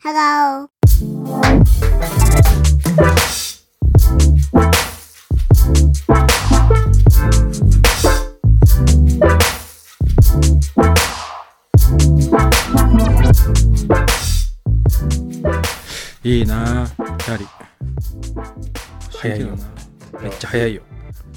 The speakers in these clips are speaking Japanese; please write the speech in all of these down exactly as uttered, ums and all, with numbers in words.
Hello. いいなぁ、キャリ早いよな、めっちゃ早いよ。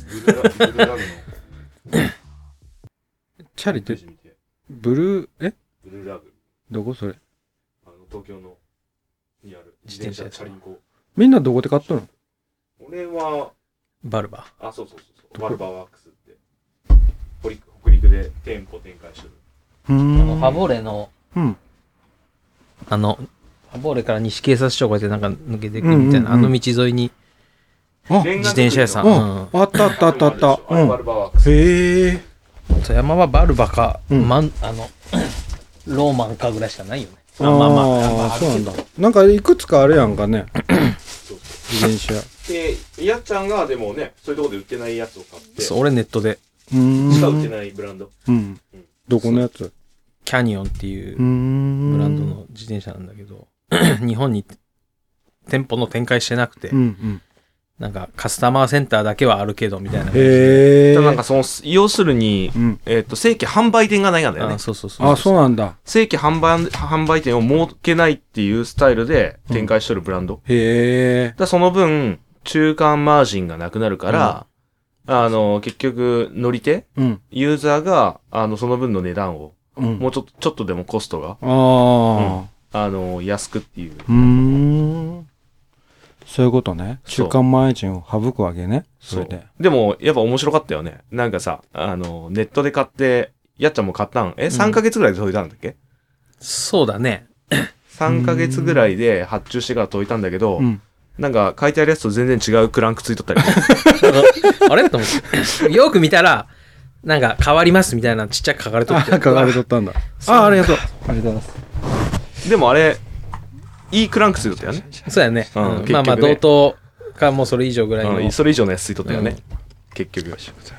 チャリってブルーえブルーラグどこそれ？ あの東京のにある自転車チャリンコ。 みんなどこで買ったの？ 俺はバルバ。 あそうそうそうそうバルバーワークスって北陸北陸で店舗展開してる。 うーんあのファボーレのうんあのファボーレから西警察署こうやってなんか抜けていくみたいな、 うんうんうんあの道沿いにあレンガ自転車屋さん、 ううんん、 あったあったあったあったあれバルバーワークス。 へえ富山はバルバか、 うんマンあのローマンかぐらいしかないよね。 あまあまあまあ、 あまあそうなんだ。なんかいくつかあるやんかねそうそ自転車うでやっちゃんがでもねそういうところで売ってないやつを買ってそう俺ネットでうーんしか売ってないブランド。 うんどこのやつ？ キャニオンっていううーんブランドの自転車なんだけど、日本に店舗の展開してなくて、 うんうんなんかカスタマーセンターだけはあるけどみたいな感じで、 へえなんかその要するに、 うんえっと正規販売店がないんだよねあ。そうそうそうあそうなんだ正規販売販売店を設けないっていうスタイルで展開してるブランド。 へえだからその分中間マージンがなくなるから、あの結局乗り手うんユーザーがあのその分の値段をうんもうちょっとちょっとでもコストがあああの安くっていう。 うーんそういうことね。 そう中間マージンを省くわけね。それで。 でもやっぱ面白かったよね。なんかさあのネットで買ってやっちゃんも買ったんえさんかげつぐらいで届いたんだっけ、 そうだね。 さんかげつぐらいで発注してから届いたんだけど、 うん。 なんか書いてあるやつと全然違うクランクついとったりあれと思ってよく見たらなんか変わりますみたいなちっちゃく書かれとあ、 って書かれとったんだ。あ、ありがとう。ありがとうございます。 でもあれいいクランクついとったよね。 そうやね、 うんうん結局ねまあまあ同等かもうそれ以上ぐらいの、 うん、それ以上のやつついとったよね、 うん結局。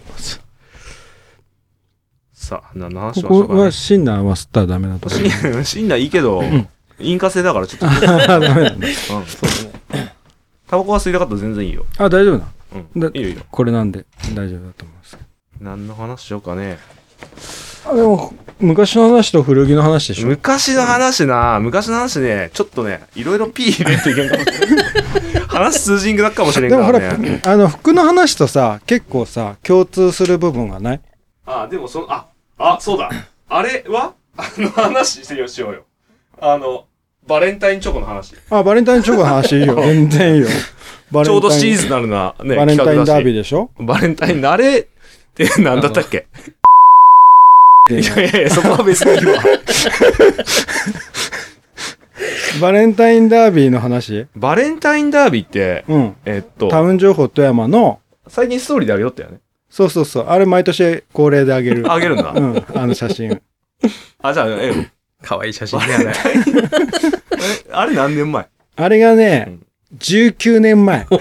さあ何の話しましここはょうかね。 シンナーは吸ったらダメだと思う。 シンシンナーいいけど、引火性だからちょっと、 あ、ダメなんだ。 うん、タバコは吸いたかったら全然いいよ。 あ、大丈夫だ。 うん、 だいいよいいよ。 これなんで大丈夫だと思います。 何の話しようかね。 あ、でも、昔の話と古着の話でしょ。 昔の話な、昔の話ね、ちょっとね、いろいろピー入れんといけんかもしれん。話通じんくなっかもしれんでもほら、 からね。 あの、服の話とさ、結構さ、共通する部分がないあ、でもその、あ、あ、そうだ。あれはあの話してよしようよ。あの、バレンタインチョコの話。 あ、バレンタインチョコの話いいよ。全然いいよ。バレンタインちょうどシーズナルなね、 バレンタインダービーー。 でしょバレンタイン、あれって何だったっけいやいやいや、そこは別にいいわ。 バレンタインダービーの話バレンタインダービーって、 うん。 えっと、 タウン情報富山の、 最近ストーリーであげとったよね。 そうそうそう。あれ毎年恒例であげる。 あげるんだ。 うん。あの写真。 あ、じゃあ、え、 かわいい写真バだよね。 レンタイン、えあれ何年前あれがうねん、 じゅうきゅうねんまえ。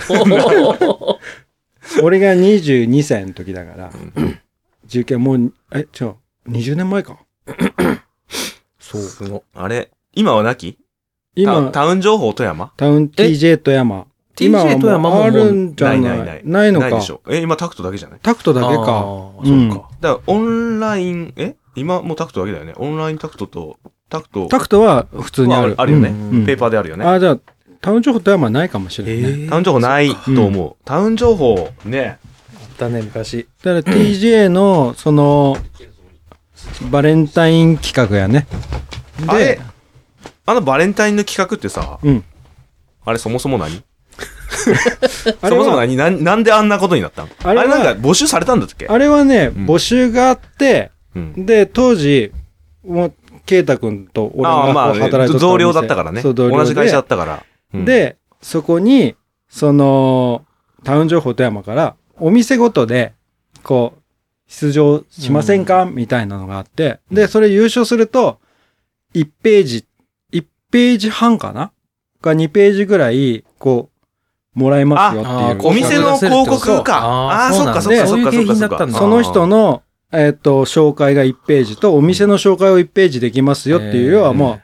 俺がにじゅうにさいの時だから、じゅうきゅう、もう、え、違う、にじゅうねんまえか。 そう。すごい。あれ、今はなき今、 タタウン情報富山タウン ティージェー 富山。今ティージェー 富山ももうはもうあるんじゃないないないない。 ないのかないでし。ょ。え、今タクトだけじゃないタクトだけか。 あーうんそうか。 だから、オンライン、え今もうタクトだけだよね。オンラインタクトと、タクト、 タクトは普通にある。 あるよね。 うんペーパーであるよね。 あ、じゃあ、タウン情報富山はないかもしれないね。 タウン情報ないと思う。タウン情報、ね。 だね昔。 だから ティージェー の、その、バレンタイン企画やね。 あれで、 あのバレンタインの企画ってさ、 うん。 あれそもそも何あれは、 そもそも何なんなんであんなことになったのああれはれなんか募集されたんだっけあれはね、 うん募集があって、 うん。 で、当時、もう、ケイタ君と俺ああ、 がまあ、 働いてたお店同僚だったからね。 そう、同僚で同じ会社だったから。うん、 で、そこに、その、タウン情報富山から、お店ごとで、こう、出場しませんか、みたいなのがあって、で、それ優勝すると、いちページ、いちページ半かながにページぐらい、こう、もらえますよっていう。 あーお店の広告か。ああー、そっかそっかそっかそっかそっか。 その人の、えっと、紹介がいちページと、お店の紹介をいちページできますよっていう、要はもう、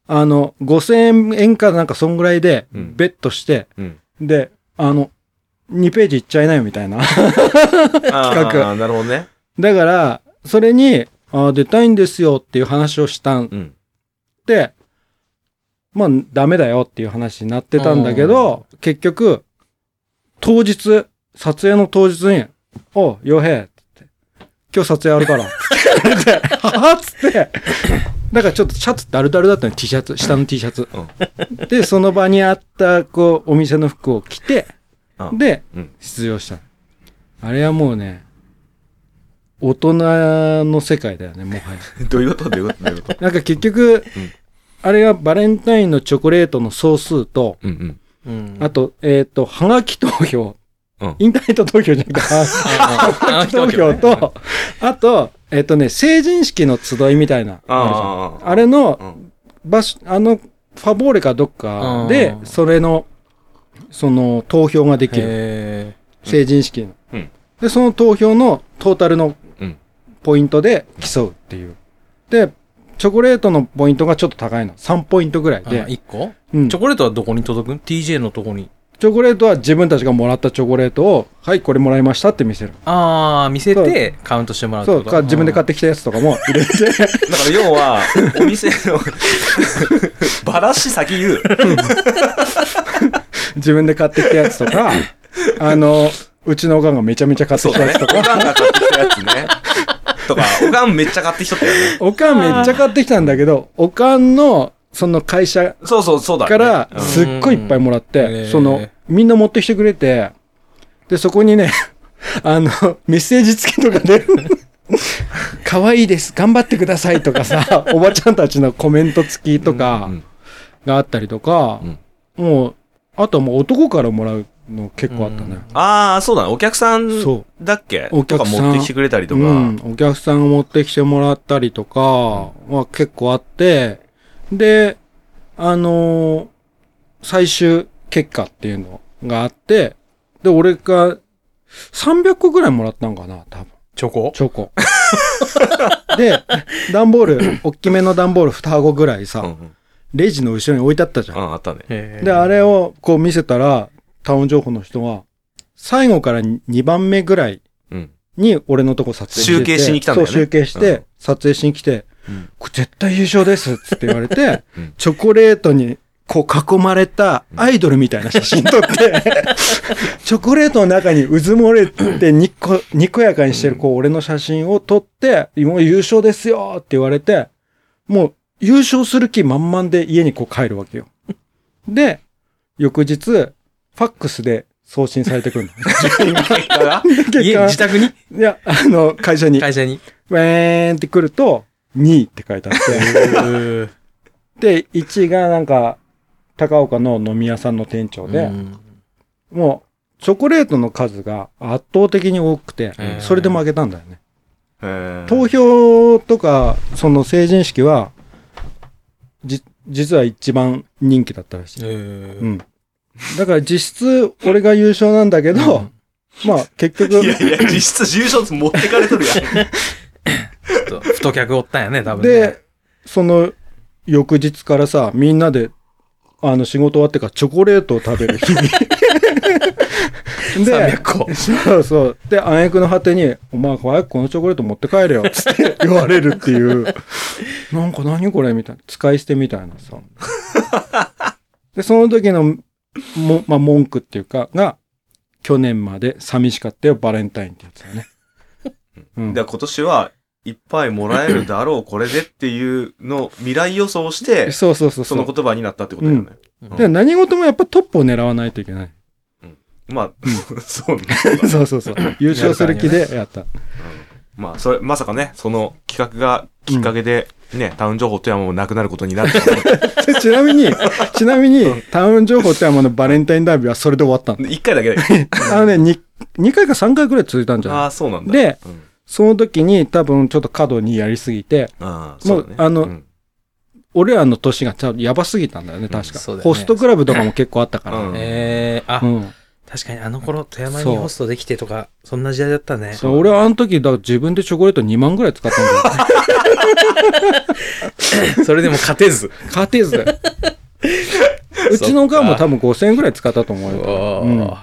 あの、ごせんえんかなんかそんぐらいで、 うんベットして、 うん。 で、あの、にページいっちゃいなよみたいな。 企画あーなるほどね。 だから、それに、あ出たいんですよっていう話をしたんうん。 で、まあ、ダメだよっていう話になってたんだけど、結局、当日、撮影の当日に、おう、洋平って言って、今日撮影あるから、って言われて、はぁっつって、だからちょっとシャツダルダルだったの T シャツ、下の T シャツ。で、その場にあった、こう、お店の服を着て、 うんで、 うん出場した。あれはもうね、大人の世界だよね、もはや。 どういうことどういうことどういうことなんか結局、あれがバレンタインのチョコレートの総数と、 うんうん。 うん。 あと、えっ、と、はがき投票、 うんインターネット投票じゃなくて、はがき投票と、あと、えっ、とね、成人式の集いみたいな、あるじゃんああ。 あれのうん場所、あの、ファボーレかどっかでう、んそれの、その、投票ができる。 へ成人式の。 うんで、その投票のトータルのうんポイントで競うっていう。で、チョコレートのポイントがちょっと高いの。さんポイントぐらいー。 であ、。いっこうんチョコレートはどこに届くん ?ティージェー のとこに。 チョコレートは自分たちがもらったチョコレートを、はい、これもらいましたって見せる。 あー、見せてカウントしてもらうってそう、 ことか自分で買ってきたやつとかも入れて、 だから要は、お店の、ばらし先言う。 自分で買ってきたやつとか、あの、うちのおかんがめちゃめちゃ買ってそうだね。 きたやつとか、 おかんが買ってきたやつね。とか、おかんめっちゃ買ってきとったよね。 おかんめっちゃ買ってきたんだけど、おかんの、その会社そうそう、そうだね。 からうんすっごいいっぱいもらっうんて、 へそのー、 みんな持ってきてくれて、で、そこにね、あの、メッセージ付きとかで、可愛いです、頑張ってくださいとかさ、おばちゃんたちのコメント付きとかうんがあったりとか、もう、あとはもう男からもらうの結構あったね。 ああ、そうだね。お客さんそだっけお客さんとか持ってきてくれたりとか。 うん、お客さんが持ってきてもらったりとかは結構あって、で、あのー最終結果っていうのがあって、で、俺がさんびゃっこぐらいもらったんかな、多分。 チョコチョコ。で、段ボール、大きめの段ボールに箱ぐらいさ、 うんうん。 レジの後ろに置いてあったじゃん。 ああ、あったね。 へーで、あれをこう見せたら、タウン情報の人は、最後からにばんめぐらいうん。 に俺のとこ撮影してて集計しに来たんだよねそう、集計して、 うん撮影しに来て、 うんこれ絶対優勝ですっつって言われて、 うんチョコレートにこう囲まれたアイドルみたいな写真撮って、チョコレートの中にうずもれてにっこ、にこやかにしてるこう俺の写真を撮って、もう優勝ですよって言われて、もう優勝する気満々で家にこう帰るわけよ。で、翌日、ファックスで送信されてくるの。 結果が家、自宅にいや、あの、会社に。 会社に。 ウェーンって来ると、にいって書いてあって。で、いちがなんか、高岡の飲み屋さんの店長で、 うんもう、チョコレートの数が圧倒的に多くてへー、 それで負けたんだよね。 へー投票とか、その成人式は、じ、実は一番人気だったらしい。 へうーん。だから実質、俺が優勝なんだけど、まあ結局、 いやいや、実質優勝持ってかれとるやん。 ちょっと太客おったんやね、多分ね。 で、その翌日からさ、みんなで、あの仕事終わってからチョコレートを食べる日々。 さんびゃっこ。 そうそう。で、挙句の果てに、お前早くこのチョコレート持って帰れよ、つって言われるっていう。なんか何これみたいな。使い捨てみたいなさ。で、その時の、も、まあ、文句っていうか、が、去年まで寂しかったよ、バレンタインってやつだね。うん。 で、今年はいっぱいもらえるだろう、これでっていうの、未来予想して、 そうそうそう。 その言葉になったってことだよね。 うんで何事もやっぱトップを狙わないといけない。 まあ、そうね。 そうそうそう。優勝する気でやった。 まあ、それ、まさかね、その企画がきっかけで、ね、タウン情報というのはもうなくなることになるとはね。 ちなみに、ちなみに、タウン情報ってあのバレンタインダービーはそれで終わったの。 一回だけだよ。 あのね、に、にかいかさんかいくらい続いたんじゃああ、 ないそうなんだ。 でうんその時に多分ちょっと過度にやりすぎて、 ああ、そうだね。 もうあのん俺らの年が多分やばすぎたんだよね、確か。 そうだよねホストクラブとかも結構あったから。 うんえー、あ、 うん確かにあの頃、富山そうにホストできてとか、そんな時代だったね。 そう俺はあの時、だから自分でチョコレートにまんぐらい使ったんだよ。 それでも勝てず。 勝てず。うちのガンも多分ごせんえんぐらい使ったと思うよ。うん、だ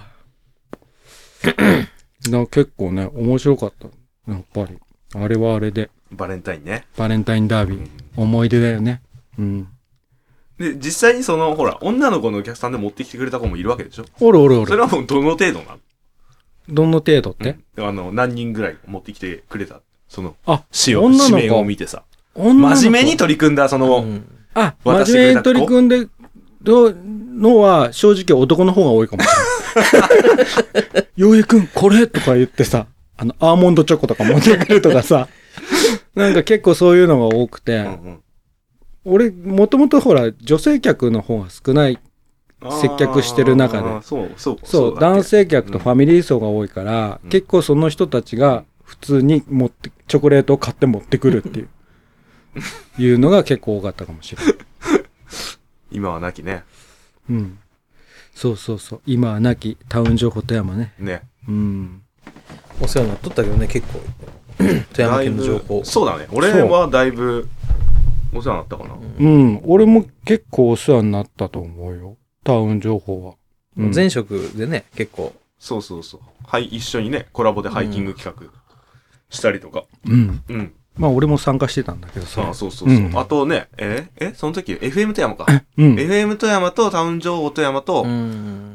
から結構ね、面白かった。やっぱり。あれはあれで。 バレンタインね。 バレンタインダービー。うん、思い出だよね。うん。 で、実際にその、ほら、女の子のお客さんで持ってきてくれた子もいるわけでしょ？ おるおるおる。 それはもうどの程度なの？ どの程度って、 うん、あの、何人ぐらい持ってきてくれた？その、 あ、 詩を、紙面を見てさ。真面目に取り組んだ、その、うん、 あ、真面目に取り組んで、のは、正直男の方が多いかもしれない。ようやくん、これとか言ってさ、あの、アーモンドチョコとか持ってくるとかさ、なんか結構そういうのが多くて、うんうん、俺、もともとほら、女性客の方が少ない接客してる中で、 そうそうそう、男性客とファミリー層が多いから、うん、結構その人たちが普通に持って、チョコレートを買って持ってくるっていう、いうのが結構多かったかもしれない。 今はなきね。 うん。そうそうそう。今はなきタウン情報富山ね。 ね。 うん。 お世話になっとったけどね、結構。富山県の情報。 そうだね。俺はだいぶお世話になったかな。 うん。うん、俺も結構お世話になったと思うよ。タウン情報は。 うん、前職でね、結構。 そうそうそう。はい、一緒にね、コラボでハイキング企画したりとか。 うん。 うん。 まあ俺も参加してたんだけどさ。 ああ、そうそうそう。うん、あとね、ええその時 エフエム 富山か。うん。エフエム 富山とタウン情報富山と、うん、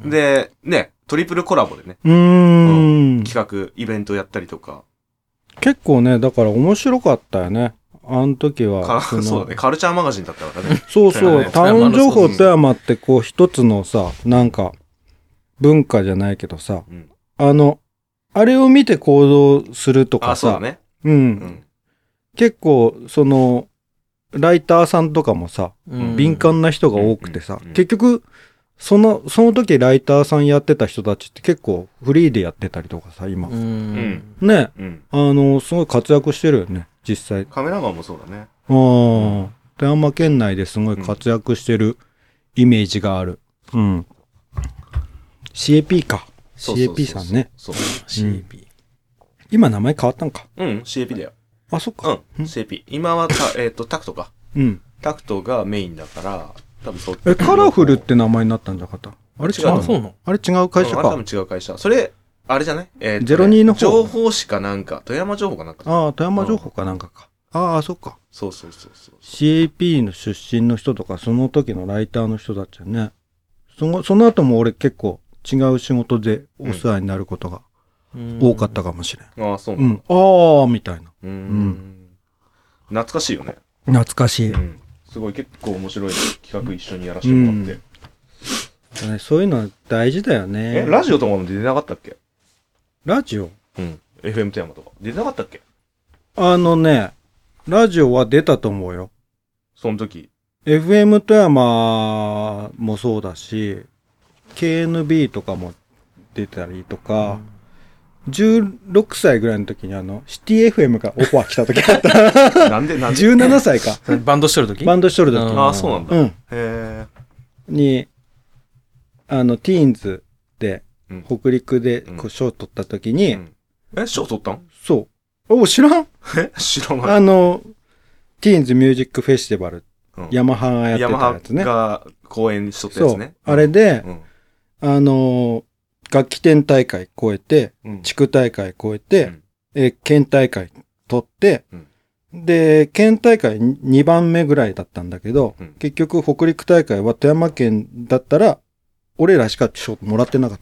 で、ね、トリプルコラボでね。 うーん、うん。 企画、イベントやったりとか。 結構ね、だから面白かったよね。あの時は。 そ, そうだね。カルチャーマガジンだったからね。 そうそう。タウン情報富山ってこう一つのさ、なんか、文化じゃないけどさ、うん、あの、あれを見て行動するとかさ。 あ、そうだね。 うん。うん結構、その、ライターさんとかもさ、うん、敏感な人が多くてさ、うんうんうん、結局、その、その時ライターさんやってた人たちって結構フリーでやってたりとかさ、今。うん、ね、うん、あの、すごい活躍してるよね、実際。 カメラマンもそうだね。 ああ、うん、富山県内ですごい活躍してるイメージがある。うん。シーエーピー か。シーエーピー さんね。 そうそうそうそう。シーエーピー。 今名前変わったんか。 うん、シーエーピー だよ。 あ、そっか。 うん。シーエーピー。今はた、えっ、ー、と、タクトか。 うん。 タクトがメインだから、多分そっち。 え、カラフルって名前になったんじゃなかったあれ違うの？ そうなの？ あれ違う会社か。 あれ多分違う会社。それ、あれじゃないえー、ね、 ゼロにの方。 情報誌かなんか、富山情報かなんか。 ああ、富山情報かなんかか。うん、ああ、そっか。 そうそうそうそう。 シーエーピー の出身の人とか、その時のライターの人たちはね。その、その後も俺結構違う仕事でお世話になることが多かったかもしれん。 うん、ああ、そうなんだ。 うん。ああ、みたいな。 うん。懐かしいよね。 懐かしい、うん。 すごい結構面白い企画一緒にやらせてもらって。 うん、そういうのは大事だよね。 え、ラジオとかも出てなかったっけ？ ラジオ？ うん。エフエム 富山とか。出てなかったっけ？ あのね、ラジオは出たと思うよ。 その時。 エフエム 富山もそうだし、ケーエヌビー とかも出たりとか、うんじゅうろくさいぐらいの時にあの、シティ エフエム がオファー来た時あった。 なんでなんで ?じゅうななさいか。 バンドしとる時バンドしとる時。 ああ、そうなんだ。 うん。 へに、あの、ティーンズで、うん、北陸でこう賞取った時に、うん、 え、賞取ったん？ そう。お、知らん？ え知らない。 あの、ティーンズミュージックフェスティバル、うん、ヤマハがやってたやつね。 ヤマハが公演しとったやつね。 そう。あれで、うん、あの、楽器店大会超えて、うん、地区大会超えて、うん、え、県大会取って、うん、で、県大会にばんめぐらいだったんだけど、うん、結局北陸大会は富山県だったら、俺らしか賞もらってなかった。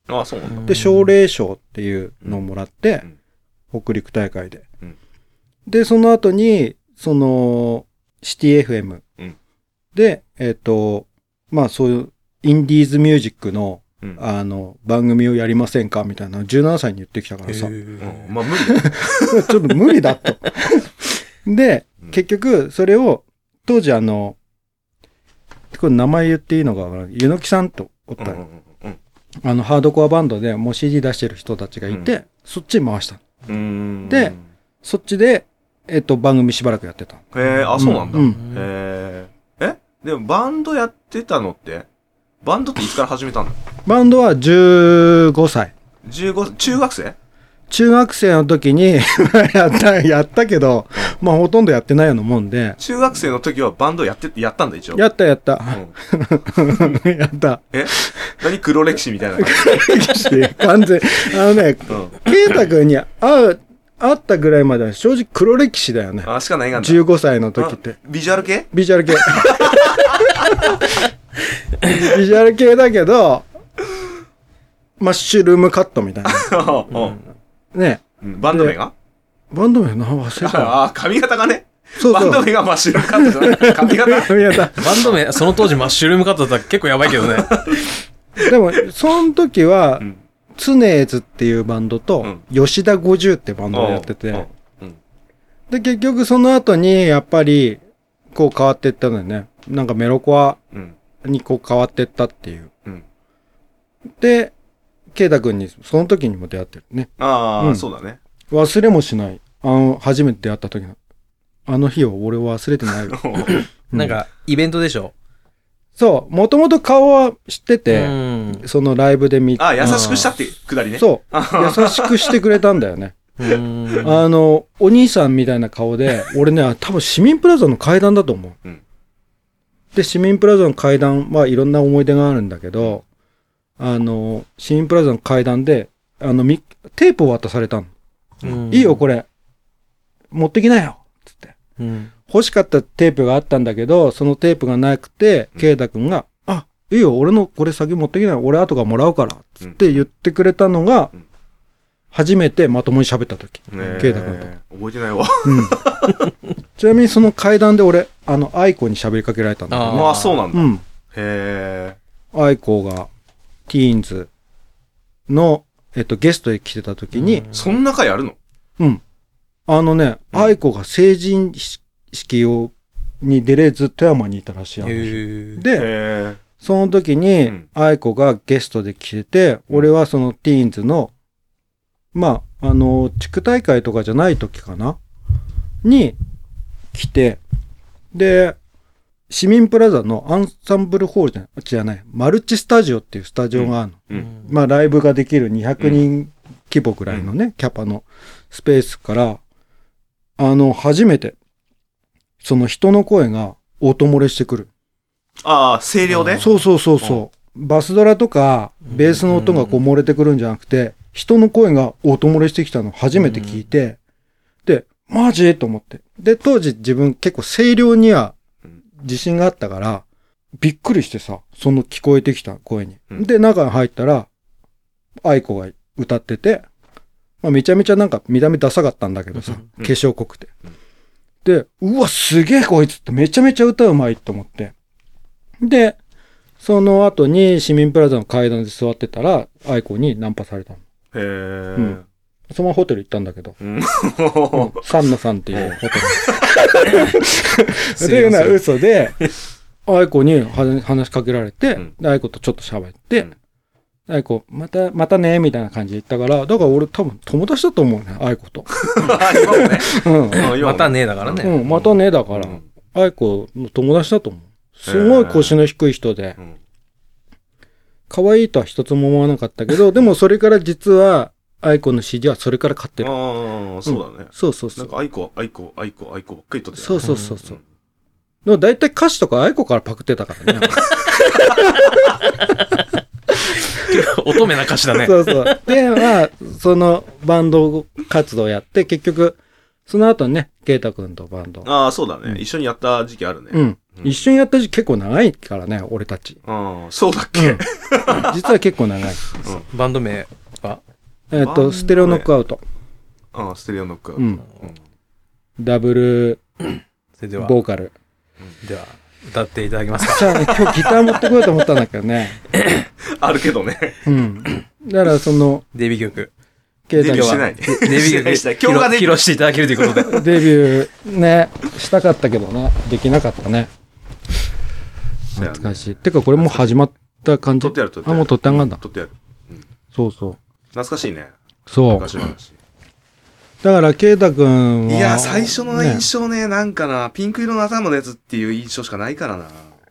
ああ、そうなんだ。 で、奨励賞っていうのをもらって、うん、北陸大会で、うん。で、その後に、その、シティ エフエム で、うん、えっと、まあそういうインディーズミュージックの、うん、あの、番組をやりませんかみたいな、じゅうななさいに言ってきたからさ。うん、 まあ無理だちょっと無理だと。で、うん、結局、それを、当時あの、これ名前言っていいのか、ゆのきさんとおったの、うんうんうん。あの、ハードコアバンドでもう シーディー 出してる人たちがいて、うん、そっちに回した。 うんで、そっちで、えっと、番組しばらくやってた。 へえ、あ、そうなんだ。うん、へえ。えでもバンドやってたのってバンドっていつから始めたの？ バンドはじゅうごさい。 じゅうご、中学生？ 中学生の時にやった、やったけど、まあほとんどやってないようなもんで。 中学生の時はバンドやって、やったんだ一応。 やったやった。 うん、 やった。 え何黒歴史みたいな感じ。歴史完全。あのね、ケイタ君に会う、会ったぐらいまでは正直黒歴史だよね。 あ、しかないがんだ。 じゅうごさいの時って。 ビジュアル系ビジュアル系。ビジュアル系だけど、マッシュルームカットみたいな。ね、 うん、バンド名がバンド名な忘れた。 ああ、髪型がね。 そうそう。 バンド名がマッシュルームカットじゃない髪型髪型。 バンド名、その当時マッシュルームカットだったら結構やばいけどね。 でも、その時は、うん、ツネーズっていうバンドと、うん、吉田ごじゅうってバンドをやってて、うん、で、結局その後に、やっぱり、こう変わっていったのよね。なんかメロコアにこう変わっていったっていう。うん、で、ケイタ君にその時にも出会ってるね。 ああ、うん、そうだね。 忘れもしない。あの、初めて出会った時の。あの日を俺は忘れてないよ。 なんか、イベントでしょ？ そう。もともと顔は知ってて、そのライブで見て。 ああ、優しくしたってくだりね。 そう。優しくしてくれたんだよね。あの、お兄さんみたいな顔で、俺ね、多分市民プラザの階段だと思う。うん、で、市民プラザの階段はいろんな思い出があるんだけど、あの、市民プラザの階段で、あの、テープを渡されたの。うん、いいよ、これ。持ってきなよつって、うん。欲しかったテープがあったんだけど、そのテープがなくて、ケイタ君が、あ、いいよ、俺のこれ先持ってきなよ。俺後からもらうから。つって言ってくれたのが、うん、初めてまともに喋った時。ケイタ君と。 覚えてないわ。 うん。ちなみにその階段で俺、あの、アイコに喋りかけられたんだけど、ね。 ああ、そうなんだ。 うん。 へー。アイコが、ティーンズの、えっと、ゲストで来てた時に。 そんな回あるの？ うん。あのね、うん、アイコが成人式を、に出れず富山にいたらしい話。で、その時に、アイコがゲストで来てて、うん、俺はそのティーンズの、まあ、あの、地区大会とかじゃない時かなに来て、で、市民プラザのアンサンブルホールじゃない、じゃない、マルチスタジオっていうスタジオがあるの。うんうん、まあライブができるにひゃくにん規模ぐらいのね、うん、キャパのスペースから、あの、初めて、その人の声が音漏れしてくる。 ああ、声量で？ そうそうそうそう。バスドラとか、ベースの音がこう漏れてくるんじゃなくて、人の声が音漏れしてきたのを初めて聞いて、で、マジと思って。で、当時自分結構声量には、自信があったから、びっくりしてさ、その聞こえてきた声に。うん、で、中に入ったら、愛子が歌ってて、まあ、めちゃめちゃなんか見た目ダサかったんだけどさ、うん、化粧濃くて。うん、で、うわ、すげえこいつってめちゃめちゃ歌うまいと思って。で、その後に市民プラザの階段で座ってたら、愛子にナンパされたの。 へー。 うん。そのままホテル行ったんだけど。うん。サンナさんっていうホテル。っていうのは嘘で、愛子に話しかけられて、うん、愛子とちょっと喋って、うん、愛子、また、またね、みたいな感じで言ったから、だから俺多分友達だと思うね、愛子と。 うん、またね、だからね。 うん、またね、だから、愛子の友達だと思う。すごい腰の低い人で、可愛いとは一つも思わなかったけど、でもそれから実は、愛子の シーディー はそれから買ってる。 ああ、そうだね、うん。 そうそうそう。 なんか愛子、愛子、愛子、愛子ばっかりとってた、 そうそうそうそう。でも大体歌詞とか愛子からパクってたからね。 乙女な歌詞だね。 そうそう。で、まあ、そのバンド活動やって、結局、その後ね、ケイタ君とバンド。 ああ、そうだね、うん。一緒にやった時期あるね。 うん。うん、一緒にやった時期結構長いからね、俺たち。 ああ、そうだっけ、うん、 実は結構長い。うん、 バンド名はえっと、ステレオノックアウト。 ああ、ステレオノックアウト。 うん。ダブル、 それでは、 ボーカル。 では、歌っていただけますか。 じゃあ、今日ギター持ってこようと思ったんだけどね。 あるけどね。 うん。だからその、 デビュー曲。 デビューしてない。 デビュー曲したい。今日が披露していただけるということで。 デビューね、したかったけどね、できなかったね。懐かしい。てかこれもう始まった感じ。 撮ってやる、撮ってやる。 あ、もう撮ってあんがんだ。 撮ってやる。 そうそう。 懐かしいね。 そう。 昔話。 だから、ケイタ君は。 いや、最初の印象ね、なんかな、ピンク色の頭のやつっていう印象しかないからな。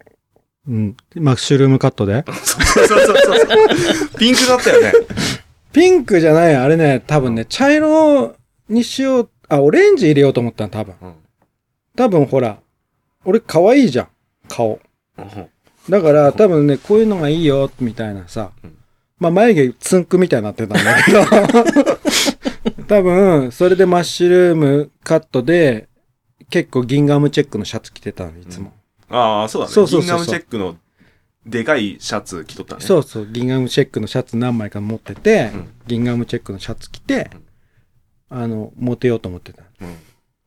うん。マッシュルームカットでそうそうそうそう。ピンクだったよね。 ピンクじゃない、あれね、多分ね、茶色にしよう、あ、オレンジ入れようと思ったの、多分。 うん。 多分ほら、俺可愛いじゃん、顔。 うんだから多分ね、こういうのがいいよ、みたいなさ。 うんまあ眉毛ツンクみたいになってたんだけど。多分、それでマッシュルームカットで、結構ギンガムチェックのシャツ着てたの、いつも。 ああ、そうだね。 そうそうそうそうギンガムチェックのでかいシャツ着とったね。 そうそう、ギンガムチェックのシャツ何枚か持ってて、 うんギンガムチェックのシャツ着て、 うんあの、モテようと思ってた。 うん。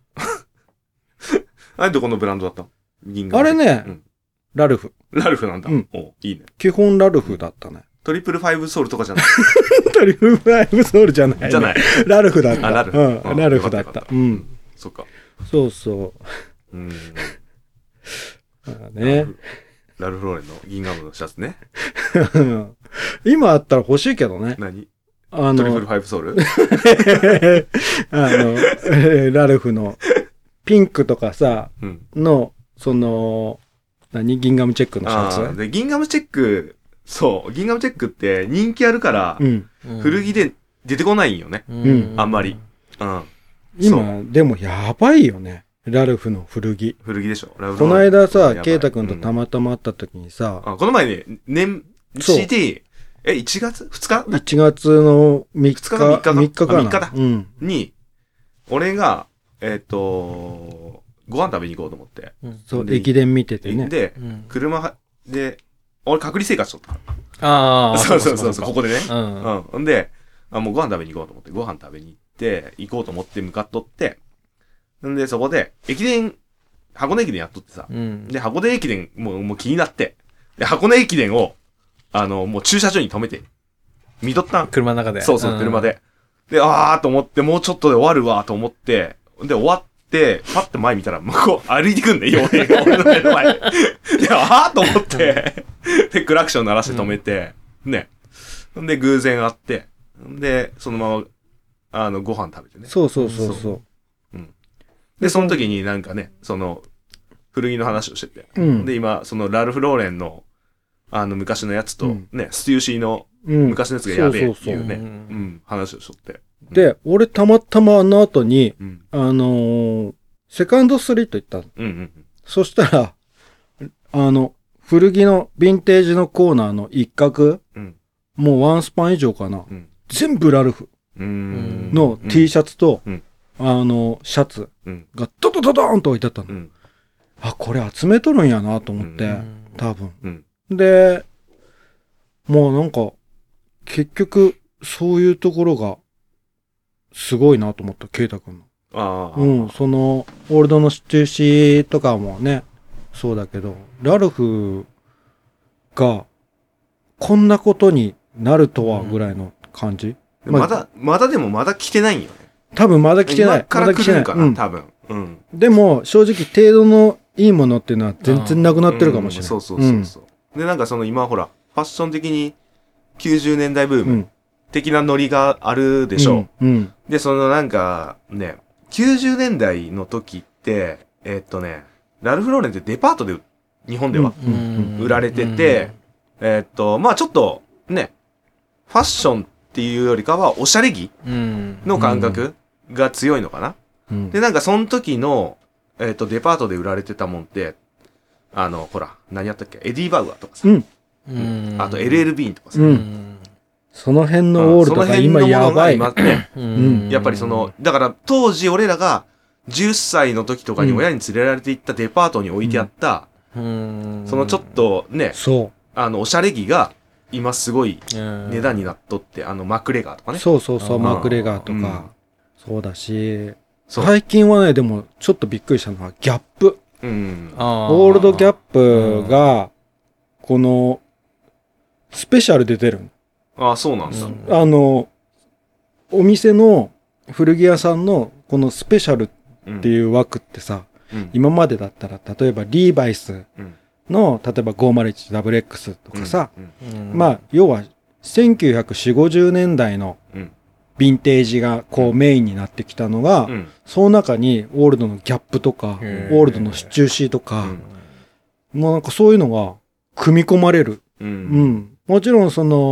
あれどこのブランドだったの？ギンガムあれね、 うんラルフ。 ラルフなんだ。 うんおいいね。 基本ラルフだったね。 トリプルファイブソールとかじゃない。 トリプルファイブソウルじゃない、ね。 じゃない。 ラルフだった。 あラルフうん、 あラルフだった。 よかったうん。 そっか。 そうそう。 うん。 まあね。 ラルフローレンのギンガムのシャツね。 今あったら欲しいけどね。 何あの、 トリプルファイブソールあの、えーラルフのピンクとかさ、 うん。 の、その、何ギンガムチェックのシあャあ、で、ギンガムチェック、そう、ギンガムチェックって人気あるからツ。う、ん。 古着で出てこないんよね。 んあんまり。うん。 今、でもやばいよね。ラルフの古着。 古着でしょ。ラルフこのローレン間さ、 やばいケイタ君とうんたまたま会った時にさ、 あこの前ね、年、 そうシーディー、え、いちがつ ?ふつかいちがつのみっか、 ふつかかみっかかみっかかな。 あみっかだうん。 に、俺が、えっ、と、ご飯食べに行こうと思って。 そう、 で駅伝見ててね。 で、 うん車はで、俺隔離生活しとった。 ああ。 そうそうそうそう、ここでね。 うん。 うん。ほんで、あ、もうご飯食べに行こうと思って、ご飯食べに行って、行こうと思って向かっとって、んで、そこで、駅伝、箱根駅伝やっとってさ、 うん。 で、箱根駅伝、もう、もう気になって、で、箱根駅伝を、あの、もう駐車場に止めて、見とったん。 車の中で。 そうそう、車で。で、あーと思って、もうちょっとで終わるわと思って、で、終わって、パッて前見たら、向こう歩いてくんね、よ、俺が俺の目の前で。で、あーと思って、で、クラクション鳴らして止めて、ね。んで、偶然会って、で、そのまま、あの、ご飯食べてね。 そうそうそうそう。 で、その時になんかね、その、古着の話をしてて。 うん。 で、今、そのラルフ・ローレンの、あの、昔のやつと、 うんね、ステューシーのうん、 昔のやつがやべえっていうね、 そうそうそううん、話をしとって。 で、俺たまたまあの後に、 うん、 あのーセカンドストリート行ったの。 うん、うん。 そしたら、あの、古着のヴィンテージのコーナーの一角、 うんもうワンスパン以上かな。 うん全部ラルフうーん。 の T シャツと、 うんあの、シャツうん。 がドドドドーンと置いてあったの。 うん。 あ、これ集めとるんやなと思って、 う多分。 うん。 で、もうなんか、結局、そういうところが、すごいなと思った、ケイタ君の。 ああ。 うん、その、オールドのシチューシーとかもね、そうだけど、ラルフが、こんなことになるとはぐらいの感じ、 まだ、まだでもまだ来てないんよね。 多分まだ来てない。 今からまだ来てない。 来るんかな、 うん。 多分。うん。 でも、正直、程度のいいものっていうのは全然なくなってるかもしれない。 うんそうそうそうそう、で、なんかその今ほら、ファッション的にきゅうじゅうねんだいブームうん。 的なノリがあるでしょう。 うん。うん。 で、そのなんかね、きゅうじゅうねんだいの時って、えーっとね、ラルフ・ローレンってデパートで日本ではうんうん売られてて、えーっと、まあちょっとね、ファッションっていうよりかはおしゃれ着うん。 の感覚が強いのかな。 うん。 で、なんかその時の、えーっと、デパートで売られてたもんって、あの、ほら、何やったっけエディ・バウアーとかさ、 うん。 うん。 あと エルエル ビーンとかさ、 う。 うんん。 その辺のオールドが今やばい。 その辺のものが今ねうんやっぱりその、、だから当時俺らがじゅっさいの時とかに親に連れられて行ったデパートに置いてあった、 うんそのちょっ、とね、 そあの、おしゃれ着が今すごい値値段になっとって、あの、マクレガーとかう。 ね。 そうそうそう、 うんマクレガーとうんか。そうだし、 そう。 最近はね、でもちょっとびっくりしたのはギャップ。 うん。 オールドギャップが、この、スペシャルで出る。 ああ、そうなんだ。 うんあの、お店の古着屋さんのこのスペシャルっていう枠ってさ、 うん。 今までだったら、例えばリーバイスうんの、例えば ごーまるいちダブリューエックス とかさ、 うん。 うん、 まあ、要は、せんきゅうひゃくよんじゅう、ごじゅうねんだいのうん。 ヴィンテージがこうメインになってきたのが、 うん。 その中にオールドのギャップとか、オへーールドのシチューシーとか、 うんもうなんかそういうのが組み込まれる。 う。 うんん。もちろんその、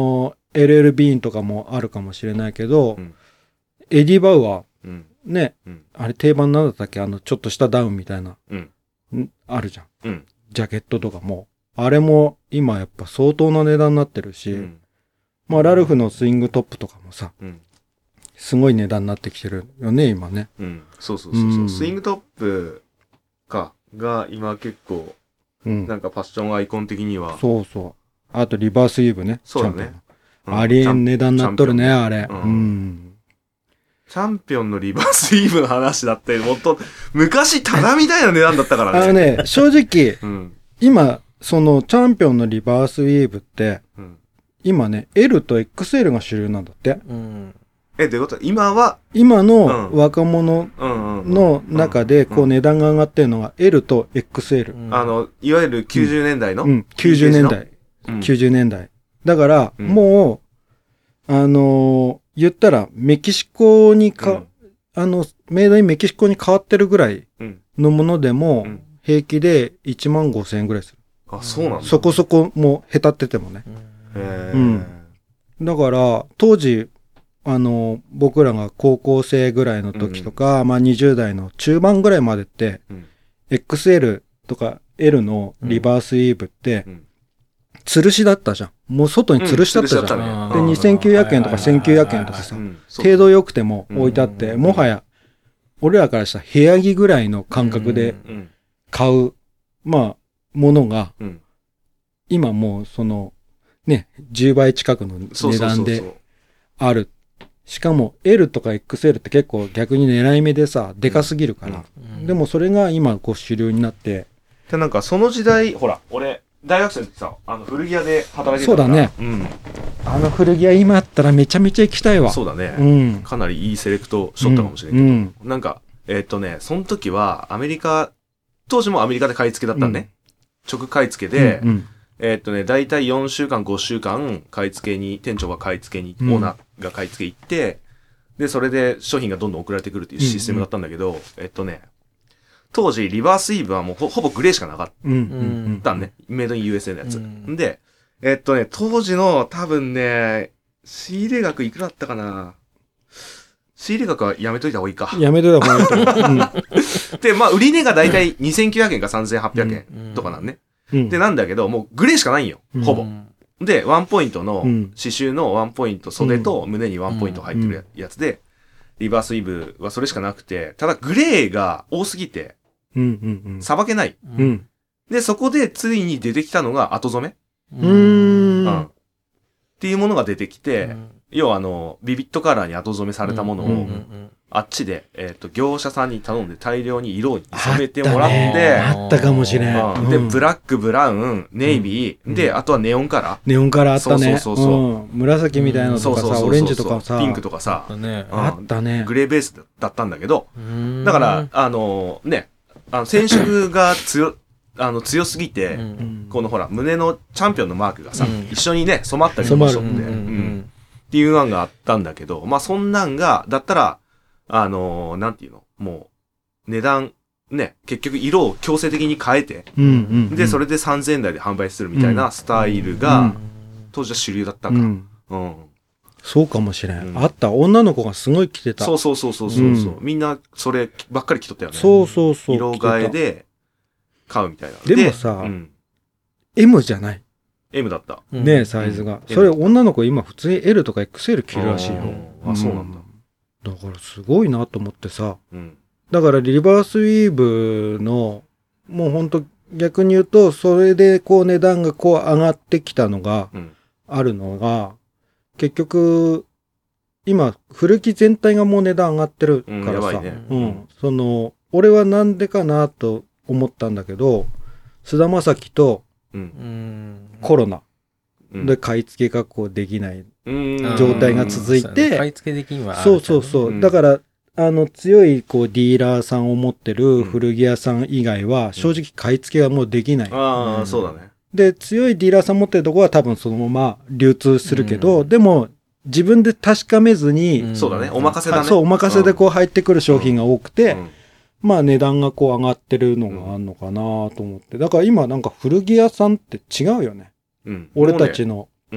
エルエル ビーンとかもあるかもしれないけど、 うんエディ・バウアー、 うんね、 うんあれ定番なんだったっけあの、ちょっとしたダウンみたいな、 うんんあるじゃん。 うんジャケットとかも。あれも今やっぱ相当な値段になってるし、 うんまあラルフのスイングトップとかもさ、 うんすごい値段になってきてるよね、今ね。 うんそうそうそうそう、 うんスイングトップかが今結構うん。 なんかファッションアイコン的にはそうそう。あとリバースイーブね。 そうだねチャンピオンうんありえん値段になっとるね、 チャンあれ。 ううんん。 チャンピオンのリバースイーブの話だってもっと昔タダみたいな値段だったからねあのね、正直、 うん今、そのチャンピオンのリバースウィーブって、 うん今ね、L と エックスエル が主流なんだって。 うん。 えどういうこと今は今のうん若者うんうんの中で、こううん値段が上がってるのが L と エックスエル。 あのいわゆるきゅうじゅうねんだいの、 うん、きゅうじゅうねんだい。 うんきゅうじゅうねんだい。だから、 うんもう、あのー言ったら、メキシコにか、 うんあの、メイドインメキシコに変わってるぐらいうんのものでも、 うん平気でいちまんごせんえんぐらいする。 あそうなんだそこそこもう下手っててもね。 へーうんだから、当時、あの、僕らが高校生ぐらいの時とか、まあにじゅう代の中盤ぐらいまでって、 うんエックスエル とか L のリバースイーブってうん、 吊るしだったじゃん。もう外に吊るしだったじゃん。 うん吊るしだったねで、 うんにせんきゅうひゃくえんとかはいせんきゅうひゃくえんとかさう、んそう程度良くても置いてあって、 うんもはや、俺らからしたら部屋着ぐらいの感覚でうん買う、まあ、ものが、 うん今もうその、ね、じゅうばい近くのそう値段そうそうそうである。しかも L とか エックスエル って結構逆に狙い目でさ、でかすぎるから。でもそれが今こう主流になって、 でなんかその時代ほら俺大学生の時さあの古着屋で働いてたからそうだねうんあの古着屋今あったらめちゃめちゃ行きたいわ。 そうだね、 うん。 かなりいいセレクトしとったかもしれんけど、 うん。 なんかえーっとねその時はアメリカ当時もアメリカで買い付けだったのね、直買い付けで、 うんうんえーっとね大体よんしゅうかんごしゅうかん買い付けに店長が買い付けに、 うんオーナーが買い付け行ってでそれで商品がどんどん送られてくるっていうシステムだったんだけど、えーっとね当時リバースイーブはもう ほ, ほぼグレーしかなかっうんうんたんね、メイドイン ユーエスエー のやつ、 うんでえーっとね当時の多分ね仕入れ額いくらだったかな仕入れ額はやめといた方がいいかやめといた方がいいと思う。 でまあ売り値が大体にせんきゅうひゃくえんかさんぜんはっぴゃくえんとかなんね、 うん。 でなんだけどもうグレーしかないんよほぼ、でワンポイントのうん刺繍のワンポイント袖と胸にワンポイント入ってるやつで、リバースイーブはそれしかなくてただグレーが多すぎてうんうんうん。 さばけないうん。 でそこでついに出てきたのが後染め、 うーうんん。 っていうものが出てきて、要はあのビビットカラーに後染めされたものを、 うんあっちで、えっと業者さんに頼んで大量に色に染めてもらって、 あったかもしれん。 うんで、 うんブラック、ブラウン、ネイビー、 うんで、あとはネオンカラー。 ネオンカラーあったね。 そうそうそうそううん紫みたいなのとかさ、オレンジとかさ。 ピンクとかさ、 ね。 うんあったね。 グレーベースだったんだけど、 うんだから、、あのね、あの染色が強、あの強すぎて、 うんうんこのほら、胸のチャンピオンのマークがさ、 うん一緒にね、染まったりとかしとって、 染まるうんっていう案があったんだけど、まあそんなんが、だったら、あのーなんていうのもう、値段、ね、結局色を強制的に変えて、 うんうん。 で、それれでさんぜんえん台で販売するみたいなスタイルうがん、 当時は主流だったか。 うん。 うん。 そうかもしれん。 うんあった。女の子がすごい着てた。 そうそうそうそうそうそう、 うみんなそればっかり着とったよね。 そうそうそう。 色替え着てで買うみたいな。 でもさうん、 た。エム じゃない。 M だった。 ねサイズが。 うんそれ女の子今普通に L とか エックスエル 着るらしいよ。 あーあそうなんだ。 だからすごいなと思ってさ。 うん。 だからリバースウィーブの、もうほんと逆に言うと、それでこう値段がこう上がってきたのがうん。 あるのが、結局、今、古着全体がもう値段上がってるうん、 からさ、 やばいね。 うん。その、俺はなんでかなと思ったんだけど、菅田将暉とうん。 うん。 コロナうん。 で買い付けがこうできない。 うん状態が続いて買い付け的にはあるそうそうそうう。 んだから、あの、強いこうディーラーさんを持ってうるん古着屋さん以外は、正直買い付けがもうできない。 ああ、 うんそうだね。 で、強いディーラーさん持ってるとこは多分そのまま流通するけど、でも、自分で確かめずに、 うんそうだね。お任せだね。 そう、お任せでこう入ってくる商品が多くて、 うんまあ値段がこう上がってるのがあるのかなと思って。だから今なんか古着屋さんって違うよね。 うん。 俺たちの。 もうね。うん。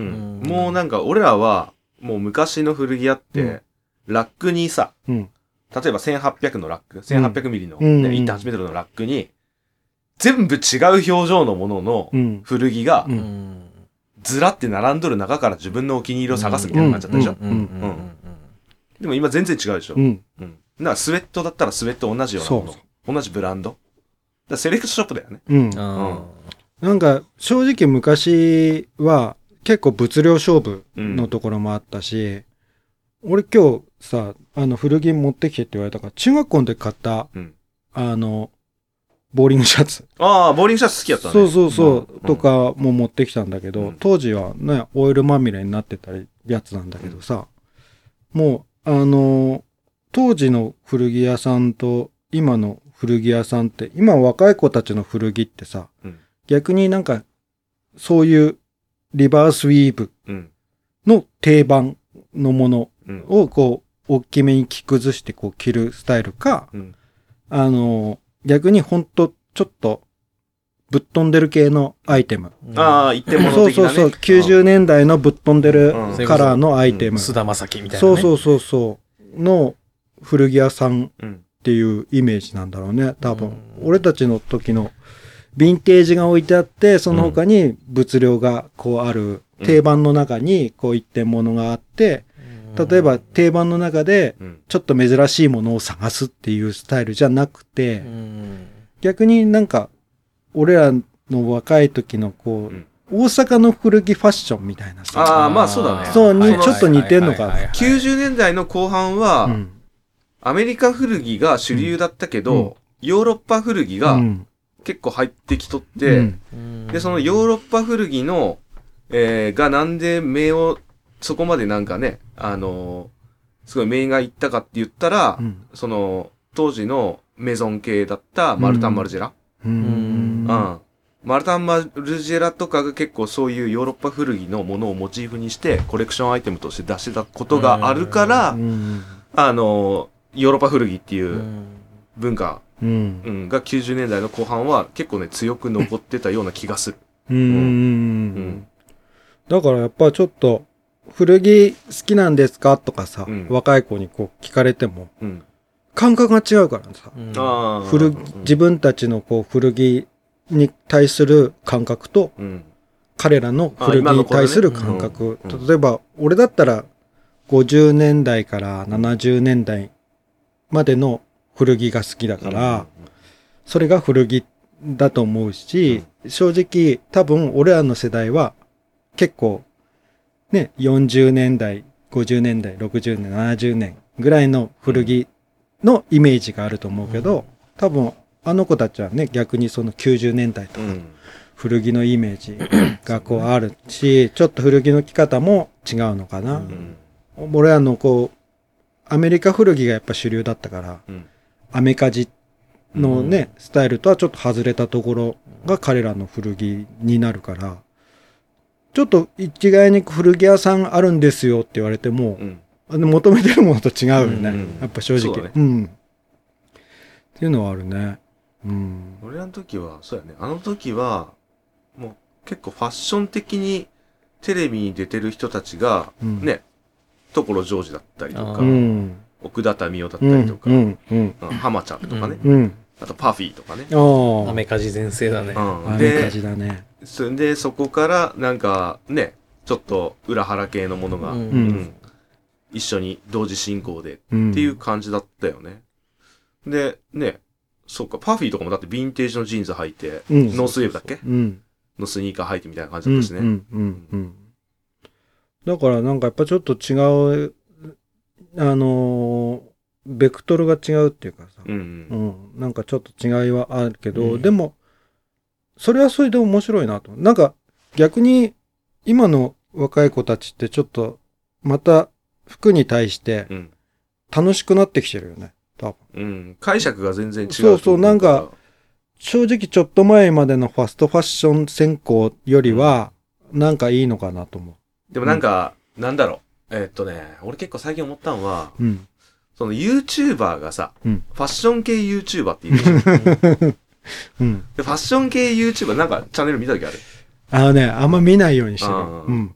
もうなんか俺らは、もう昔の古着屋って、 うんラックにさ、 うん。 例えばせんはっぴゃくのラック、せんはっぴゃくミリの、 うんね、いってんはちメートルのラックに、全部違う表情のもののうん。 古着がう、 うんん。 ずらって並んどる中から自分のお気に入りを探すみたいな感じだったでしょ、 うんうんうんでも今全然違うでしょ、 うん。 うん。だからスウェットだったらスウェット同じようなもの。 そう同じブランド。だからセレクトショップだよね。 うん。 あなんか、正直昔は結構物量勝負のところもあったし、俺今日さ、あの古着持ってきてって言われたから、中学校の時買った、 うんあの、ボーリングシャツ。 ああ、ボーリングシャツ好きやったね。 そうそうそう、 うんとかも持ってきたんだけど、 うん当時はね、オイルまみれになってたやつなんだけどさ、もう、あの、当時の古着屋さんと今の古着屋さんって、今若い子たちの古着ってさ、 うん逆になんか、そういうリバースウィーブうん。 の定番のものうん。 をこう、大きめに着崩してこう着るスタイルか、 うん。 あの、逆にほんとちょっとぶっ飛んでる系のアイテム。 ああ、一点物そう的なね。 そうそう、きゅうじゅうねんだいのぶっ飛んでるうんカラーのアイテム。 菅田将暉みたいなね。 そうそうそうそう、の古着屋さんうん。 っていうイメージなんだろうね、多分。 うん俺たちの時のヴィンテージが置いてあって、その他に物量がこうある、 うん定番の中にこう一点物があって、 うん例えば定番の中でうん。 ちょっと珍しいものを探すっていうスタイルじゃなくて、 うん逆になんか俺らの若い時のこう、 うん大阪の古着ファッションみたいなさ、 ああ、まあそうだね。 そうにはいはいちょっと似てんのかなはいはいはいはいきゅうじゅうねんだいの後半は、 うんアメリカ古着が主流だったけど、 うんヨーロッパ古着がうん結構入ってきとって、 うんうんで、そのヨーロッパ古着の、えー、がなんで目を、そこまでなんかね、あのーすごい目がいったかって言ったら、 うんその、当時のメゾン系だったマルタン・マルジェラ。 うんうん。マルタン・マルジェラとかが結構そういうヨーロッパ古着のものをモチーフにしてコレクションアイテムとして出してたことがあるから、 うんあのーヨーロッパ古着っていううん文化、 うんうん、がきゅうじゅうねんだいの後半は結構ね強く残ってたような気がする。 うんうんだからやっぱちょっと古着好きなんですかとかさ、 うん若い子にこう聞かれてもうん。 感覚が違うからさ、 うんああ。 古着自分たちのこう古着に対する感覚とうん。 彼らの古着に対する感あ覚、 今の子ねうん例えば俺だったらごじゅうねんだいからななじゅうねんだいまでの古着が好きだから、それが古着だと思うし、正直多分俺らの世代は結構ね、よんじゅうねんだい、ごじゅうねんだい、ろくじゅうねん、ななじゅうねんぐらいの古着のイメージがあると思うけど、多分あの子たちはね、逆にそのきゅうじゅうねんだいとかうん。うん。 古着のイメージがこうあるし、ちょっと古着の着方も違うのかな。 うん。 俺らのこう、アメリカ古着がやっぱ主流だったから、 うん。 アメカジのね、スタイルとはちょっと外れたところが彼らの古着になるから、ちょっと一概に古着屋さんあるんですよって言われても、 うん。 あの求めてるものと違うよね。 うんやっぱ正直。 そうだねうん。っていうのはあるね。うん。 俺らの時は、そうやね。あの時は、もう結構ファッション的にテレビに出てる人たちが、 うんね、所ジョージだったりとかあー、 うん。 奥田民生だっうん。 たりとか、 ううんん。うん。 浜ちゃんとかね、 うん。 あとパフィーとかね。 ああ。 アメカジ全盛だね。 うん。 アメカで、 ジだね。 それで、そこから、なんか、ね、ちょっと裏腹系のものが、 うんうん一緒に同時進行でうん。 っていう感じだったよね。で、ね、そっか、パフィーとかもだってヴィンテージのジーンズ履いて、 うんノースウェーブだっけうん。 のスニーカー履いてみたいな感うん。 じだったしね。 うん。うん。うん。だからなんかやっぱちょっと違う、あのー、ベクトルが違うっていうかさ、 うん。 うん、なんかちょっと違いはあるけど、 うんでも、それはそれで面白いなと。なんか逆に今の若い子たちってちょっとまた服に対してうん。 楽しくなってきてるよね。多分。 うん。解釈が全然違う。 そうそうなんか、正直ちょっと前までのファストファッション専攻よりは、なんかいいのかなと思でもなんか、なんだろう。えーっとね、俺結構最近思ったのは、 う。うん。 その YouTuber がさ、 うんファッション系 YouTuber って言うじゃん。 うん。 で、ファッション系 YouTuber なんかチャンネル見た時ある。 あのね、あんま見ないようにしてる。 あーうん。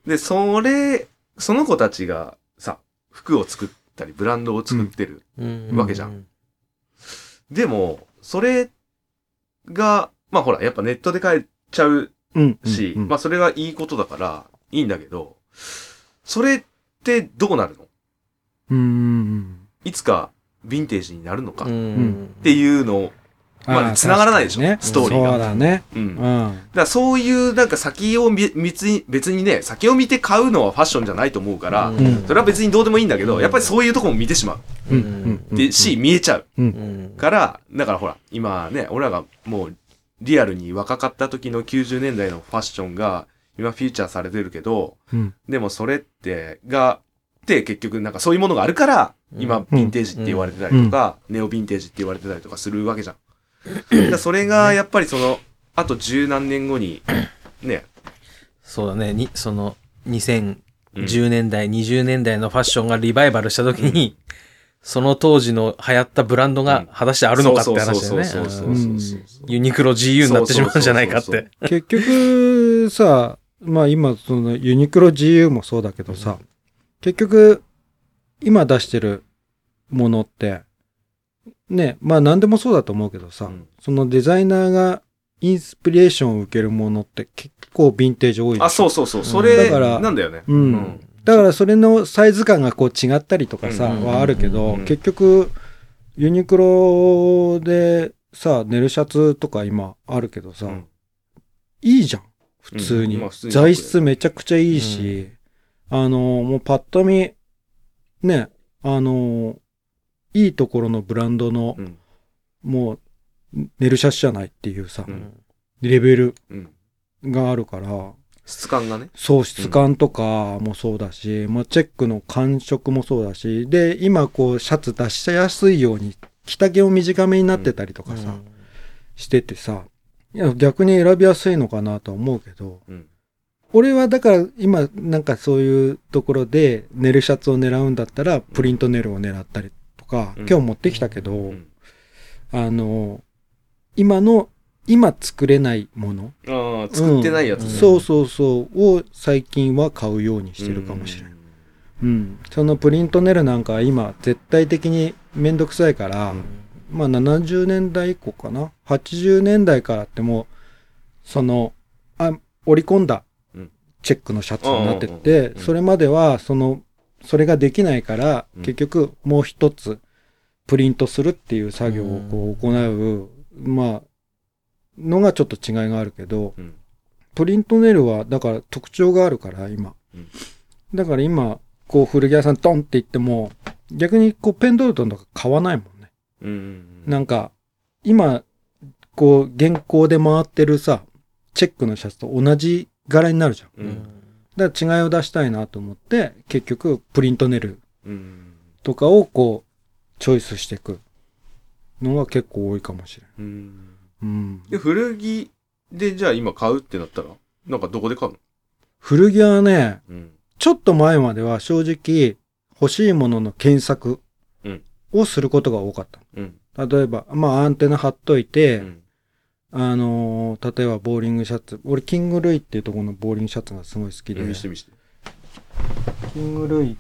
で、それ、その子たちがさ、服を作ったり、ブランドを作ってるわけじゃん。でも、それが、まあほら、やっぱネットで買えちゃうし、 うんうんうん、 まあそれがいいことだからいいんだけど、それってどうなるの？ うーん。 いつかヴィンテージになるのかっうんていうのを、まあ繋がらないでしょ、 ね、 ストーリーが。 そうだね。 うん。 うん。 だからそういうなんか先を見別に、別にね、先を見て買うのはファッションじゃないと思うから、 うんうんそれは別にどうでもいいんだけど、やっぱりそういうとこも見てしまう。 うんうんうんで、し、見えちゃう。 うんうんから、だからほら、今ね、俺らがもうリアルに若かった時のきゅうじゅうねんだいのファッションが今フィーチャーされてるけど、 うんでもそれってが、って結局なんかそういうものがあるから、今うんヴィンテージって言われてたりとか、ネオヴィンテージって言われてたりとかするわけじゃん。だからそれがやっぱりその、あと十何年後に、ね、 そうだね。に、その、にせんじゅうねんだい、にじゅうねんだいのファッションがリバイバルした時に、その当時の流行ったブランドが果たしてあるのかって話だよね。 そうそうそううんそうそう。 ユニクロ ジーユー になってしまうんじゃないかっそうそうて。 結局さ、まあ今そのユニクロ ジーユー もそうだけどさ、結局今出してるものってね、まあ何でもそうだと思うけどさ、 うんそのデザイナーがインスピレーションを受けるものって結構ヴィンテージ多いでしょ。 あ、そうそうそう。それだからなんだよね。 うんだからそれのサイズ感がこう違ったりとかさ、 うんはあるけど、 うん結局ユニクロでさ、ネルシャツとか今あるけどさ、 うんいいじゃん。普通に。 うんまあ普通に材質めちゃくちゃいいし、あの、もうパッと見、ね、あの、いいところのブランドの、 うんもう、ネルシャツじゃないっていうさ、 うんレベルうん。 があるから、 質感がね。 そう、質感とかもそうだし、まあ、チェックの感触もそうだし、で、今こう、シャツ出しやすいように、着丈も短めになってたりとかさ、しててさ、いや、逆に選びやすいのかなとは思うけど、 うん。 俺はだから今なんかそういうところでネルシャツを狙うんだったらプリントネルを狙ったりとか、 うん今日持ってきたけど、 うんあの、今の、今作れないもの、 ああ、作ってないやつね。 そうそうそうを最近は買うようにしてるかもしれない。うん。そのプリントネルなんかは今絶対的にめんどくさいから、 うんまあななじゅうねんだい以降かな。はちじゅうねんだいからってもう、その、あ、織り込んだうんチェックのシャツになってうんうんてう、んそれまでは、その、それができないから、 うん結局もう一つプリントするっていう作業をこう行う、まあ、のがちょっと違いがあるけど、 うんプリントネルはだから特徴があるから今、 うんだから今こう古着屋さんドンって言っても逆にこうペンドルトンとか買わないもんね、 うん。 なんか今こう現行で回ってるさチェックのシャツと同じ柄になるじゃん、 うん。 だから違いを出したいなと思って結局プリントネルうん。 とかをこうチョイスしていくのが結構多いかもしれない。 うん。 うん、 で、古着でじゃあ今買うってなったら、なんかどこで買うの？ 古着はね、 うん。 ちょっと前までは正直欲しいものの検索をすることが多かった。 うん。 例えば、まあアンテナ貼っといて、 うん。 あのー例えばボーリングシャツ。俺、キングルイっていうところのボーリングシャツがすごい好きで。 見して見して。 キングルイ。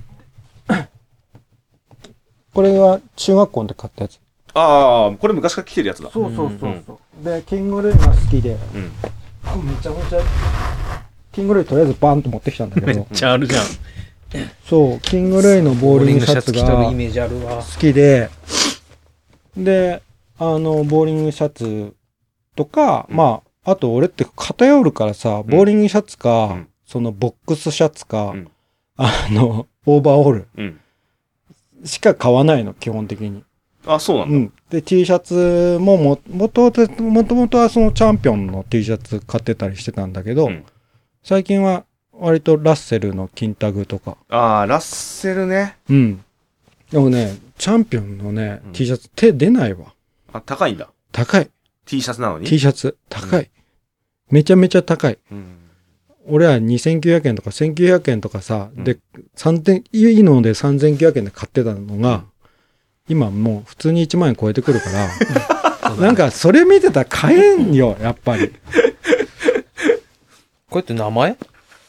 これは中学校で買ったやつ。 ああ、これ昔から着てるやつだ。 そうそうそうそう。で、キングルイが好きで、 うん。 めちゃめちゃ、キングルイとりあえずバーンと持ってきたんだけめっど、 ちゃあるじゃん。 そう、キングルイのボーリングシャツがボーリングシャツ着とるイメージあるわ。 好きで、で、あの、ボーリングシャツとか、 うんまあ、あと俺って偏るからさ、ボーリングシャツか、 うんそのボックスシャツか、 うんあの、オーバーオールうん。 しか買わないの、基本的に。 あ、そうなんだ。 うん。で、T シャツもも、もともと、もともとはそのチャンピオンの T シャツ買ってたりしてたんだけど、 うん最近は割とラッセルの金タグとか。 ああ、ラッセルね。 うん。でもね、チャンピオンのね、 うん T シャツ手出ないわ。 あ、高いんだ。 高い。 T シャツなのに。 T シャツ、高い。めちゃめちゃ高い。 うん。 俺はにせんきゅうひゃくえんとかせんきゅうひゃくえんとかさ、 うんで、さんぜん、いいのでさんぜんきゅうひゃくえんで買ってたのが、今もう普通にいちまんえん超えてくるから、なんかそれ見てたら買えんよ、やっぱり。 これって名前？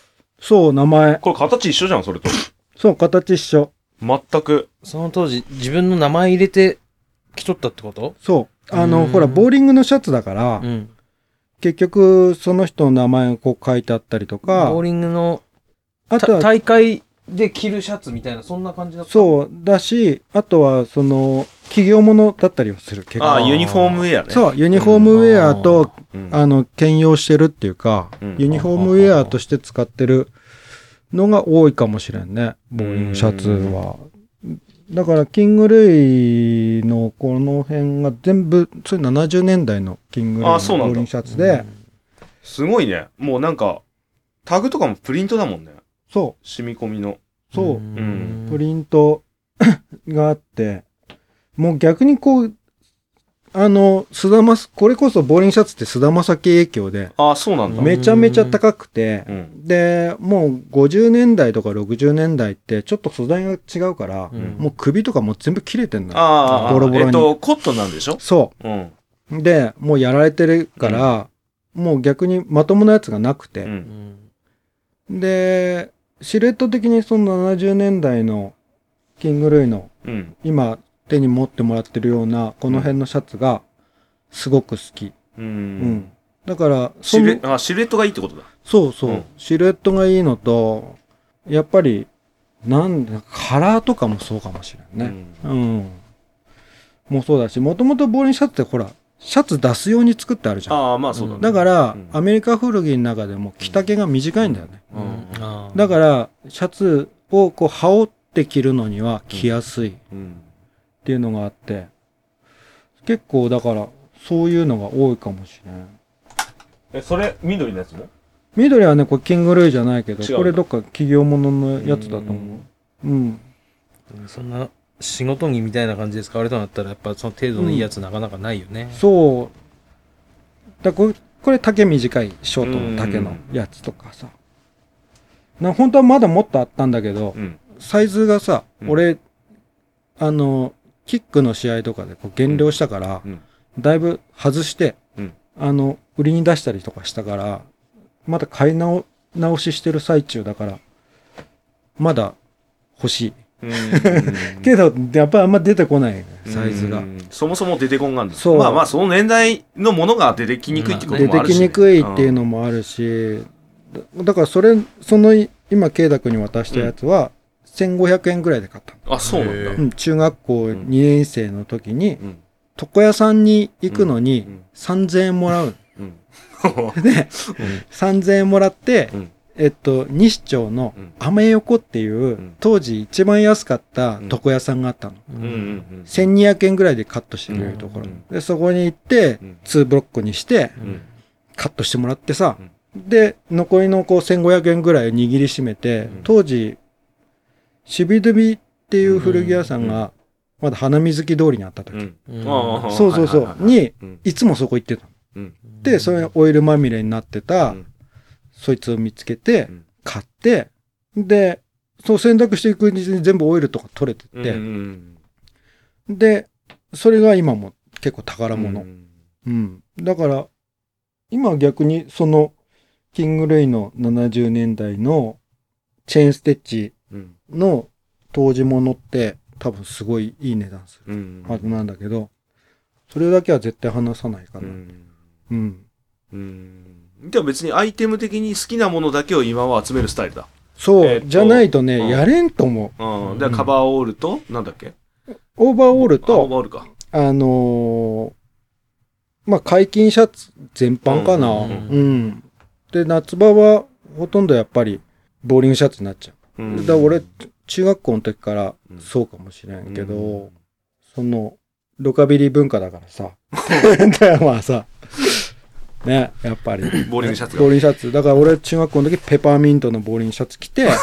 そう、名前。 これ形一緒じゃん、それと。 そう、形一緒。 全く。 その当時、自分の名前入れて着とったってこと？ そう。あの、 うんほら、ボーリングのシャツだから、 うん。 結局、その人の名前をこう書いてあったりとか、 ボーリングの、 あとは、 大会で着るシャツみたいな、そんな感じだった。 そうだし、あとは、その、企業ものだったりはする。結構ああ、ユニフォームウェアね。 そう、ユニフォームウェアと、 うん。 あの、兼用してるっていうか、 うんユニフォームウェアとして使ってるのが多いかもしれんね。ボーリングシャツは。だから、キングレイのこの辺が全部、それななじゅうねんだいのキングレイのあそうなんだボーリングシャツで、 すごいね。もうなんか、タグとかもプリントだもんね。 そ染み込みの。 う、そう、 んプリントがあって、もう逆にこう、あの、菅田将、これこそボーリングシャツって菅田将暉影響で、 ああ、そうなんだ。 めちゃめちゃ高くて、 うん。 で、もうごじゅうねんだいとかろくじゅうねんだいってちょっと素材が違うから、 うんもう首とかもう全部切れてんのよ。 ああ、 ボロボロにえっと、コットンなんでしょ？ そうん。 う。で、もうやられてるから、もう逆にまともなやつがなくうて。 ん。 で、シルエット的にそのななじゅうねんだいのキングルイのうん。 今手に持ってもらってるようなこの辺のシャツがすごく好き。 ううん。 ん。 だから、そのシルエあシルエットがいいってことだ。 そうそう、 うんシルエットがいいのと、やっぱり、なんだ、カラーとかもそうかもしれんね。うん。もうそうだし、もともとボーリングシャツってほら、シャツ出すように作ってあるじゃん。 ああ、まあそうだね。 だから、 うんアメリカ古着の中でも着丈が短いんだよね。 うんあーだから、シャツをこう羽織って着るのには着やすいっうん。 ていうのがあって、結構だから、そういうのが多いかもしれない。 え、それ、緑のやつも緑はね、これキングルイじゃないけど、 違うんだこれどっか企業もののやつだと思う。うん。 そんな仕事着みたいな感じで使われたんだったら、やっぱその程度のいいやつなかなかないよね。 そう。だこれ、これ丈短いショートの丈のやつとかさ。な本当はまだもっとあったんだけど、 うん。 サイズがさ、 うん俺、あの、キックの試合とかでこう減量したから、 うん。 だいぶ外して、 うんあの、売りに出したりとかしたから、まだ買い直直ししてる最中だから、まだ欲しい。 うん。 けど、やっぱりあんま出てこない、サイズがう。んそもそも出てこんがんだ。 そうまあまあ、その年代のものが出てきにくいってこと出てもあるし、ね。 きにくいっていうのもあるし、だだからそれ、その今、慶太君に渡したやつは、せんごひゃくえんぐらいで買ったの。 うん。あ、そうなんだ。 うん、中学校にねん生の時に、 うん。 床屋さんに行くのにうんさんぜんえんもらう。 うん。 で、さんぜんえんもらって、 うんえっと、西町のうんアメ横っていう、 ん当時一番安かった床屋さんがあったの。 ううん。うん。 せんにひゃくえんぐらいでカットしてくれるところ。 うんで、そこに行ってうん、 ツーブロックにして、 うん。 カットしてもらってさ、で、残りのこうせんごひゃくえんぐらい握りしめて、 うん当時、シビドゥビっていう古着屋さんが、まだ花水木通りにあった時。 うん。 うんああそうそうそう。 はいはいはいに、 うん。 いつもそこ行ってたの。 うん。 で、それオイルまみれになってた、 うんそいつを見つけてうん、 買って、で、そう洗濯していくうちに全部オイルとか取れてって、 うん。 で、それが今も結構宝物。 ううん。 んだから、今は逆にその、キングレイのななじゅうねんだいのチェーンステッチうん。 の当時物って多分すごいいい値段するうん。 はずなんだけど、それだけは絶対離さないかな。 うん。 うん。 うん。でも別にアイテム的に好きなものだけを今は集めるスタイルだ。 そう、 えーとじゃないとね、 うんやれんと思う。 うん。で、カバーオールと、なんだっけオーバーオールあオーと、 バーオールか。 あのーまあ、解禁シャツ全般かな。 ううんん。で、夏場はほとんどやっぱりボーリングシャツになっちゃう。 うんだから俺、中学校の時からそうかもしれんけど、 うんその、ロカビリー文化だからさ。だからまあさ、ね、やっぱり。 ボーリングシャツがボーリングシャツ。だから俺、中学校の時ペパーミントのボーリングシャツ着て、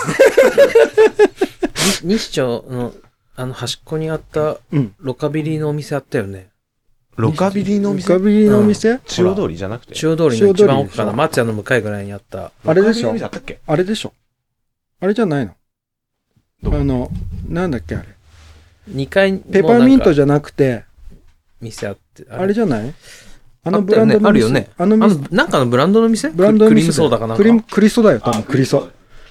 に西町の、あの、端っこにあったうん。 ロカビリーのお店あったよね。 ロカビリーのお店ロカビリーのお店、 中央通りじゃなくて。 中央通りの一番奥かな。 中央通りでしょ松屋の向かいぐらいにあった。 あれでしょロカビリーのお店あったっけあれでしょあれじゃないのどこあの、なんだっけあれ。 にかいもペパーミントなんかじゃなくて、 店あって。 あれじゃないあのあったよねブランドの店。 あるよねあの店。 あの、なんかのブランドの店ブランドの店。 クリームソーダかなんか。 クリーム、クリソだよ、多分クリソ。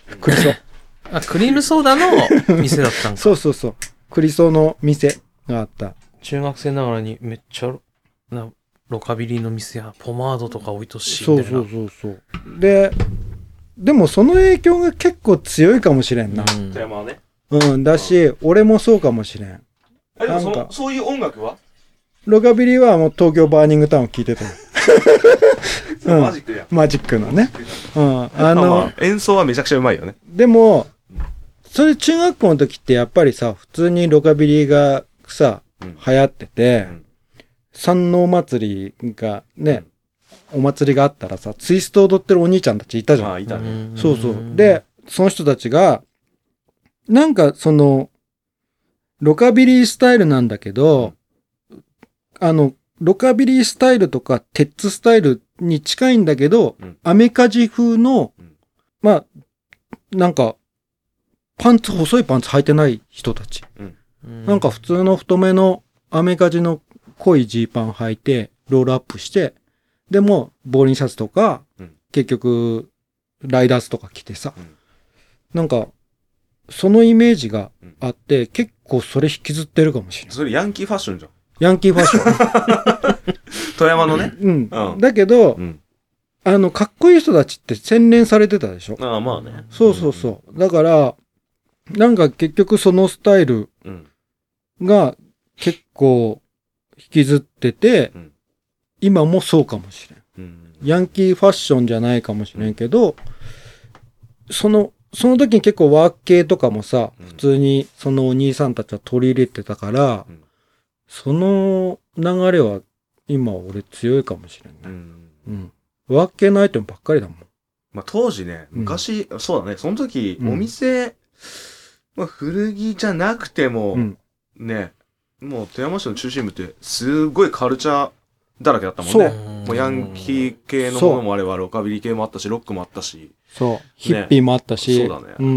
クリソ。 あ、クリームソーダの店だったんか。 そうそうそう。クリソの店があった。 中学生ながらにめっちゃなロカビリーの店やポマードとか置いとしいそうそうそうそう。で、でもその影響が結構強いかもしれんな。 富山はね。 うん、だし、うん、俺もそうかもしれん。 あ、でもそのそういう音楽はロカビリーはもう東京バーニングタウン聴いてたよ。 うん、マジックや。 マジックのね。うん。あの、まあ、 演奏はめちゃくちゃうまいよね。 でも、それ中学校の時ってやっぱりさ、普通にロカビリーがさ、うん、流行ってて、うん、山王祭りがね、うん、お祭りがあったらさ、ツイスト踊ってるお兄ちゃんたちいたじゃん。 ああ、いたね。 そうそう。で、その人たちが、なんかその、ロカビリースタイルなんだけど、うん、あの、ロカビリースタイルとかテッツスタイルに近いんだけど、うん、アメカジ風の、うん、まあ、なんか、パンツ、細いパンツ履いてない人たち。うん、なんか普通の太めのアメカジの濃いジーパン履いて、ロールアップして、でも、ボーリンシャツとか、うん、結局、ライダースとか着てさ、うん、なんか、そのイメージがあって、うん、結構それ引きずってるかもしれない。 それヤンキーファッションじゃん。 ヤンキーファッション。 富山のね。 うん。うん、だけど、うん、あの、かっこいい人たちって洗練されてたでしょ。 ああ、まあね。 そうそうそう。だから、なんか結局そのスタイルが結構引きずってて、うん、今もそうかもしれん。うん、ヤンキーファッションじゃないかもしれんけど、その、その時に結構ワーク系とかもさ、普通にそのお兄さんたちは取り入れてたから、うん、その流れは今俺強いかもしれんね。うんうん、ワーク系のアイテムばっかりだもん。 まあ当時ね、昔、うん、そうだね、その時、お店、うんまあ、古着じゃなくても、うん、ね、もう富山市の中心部ってすごいカルチャーだらけだったもんね。もうヤンキー系のものもあれば、ロカビリー系もあったし、ロックもあったし。 そう。ね、ヒッピーもあったし。 そうだね。 うん。うん、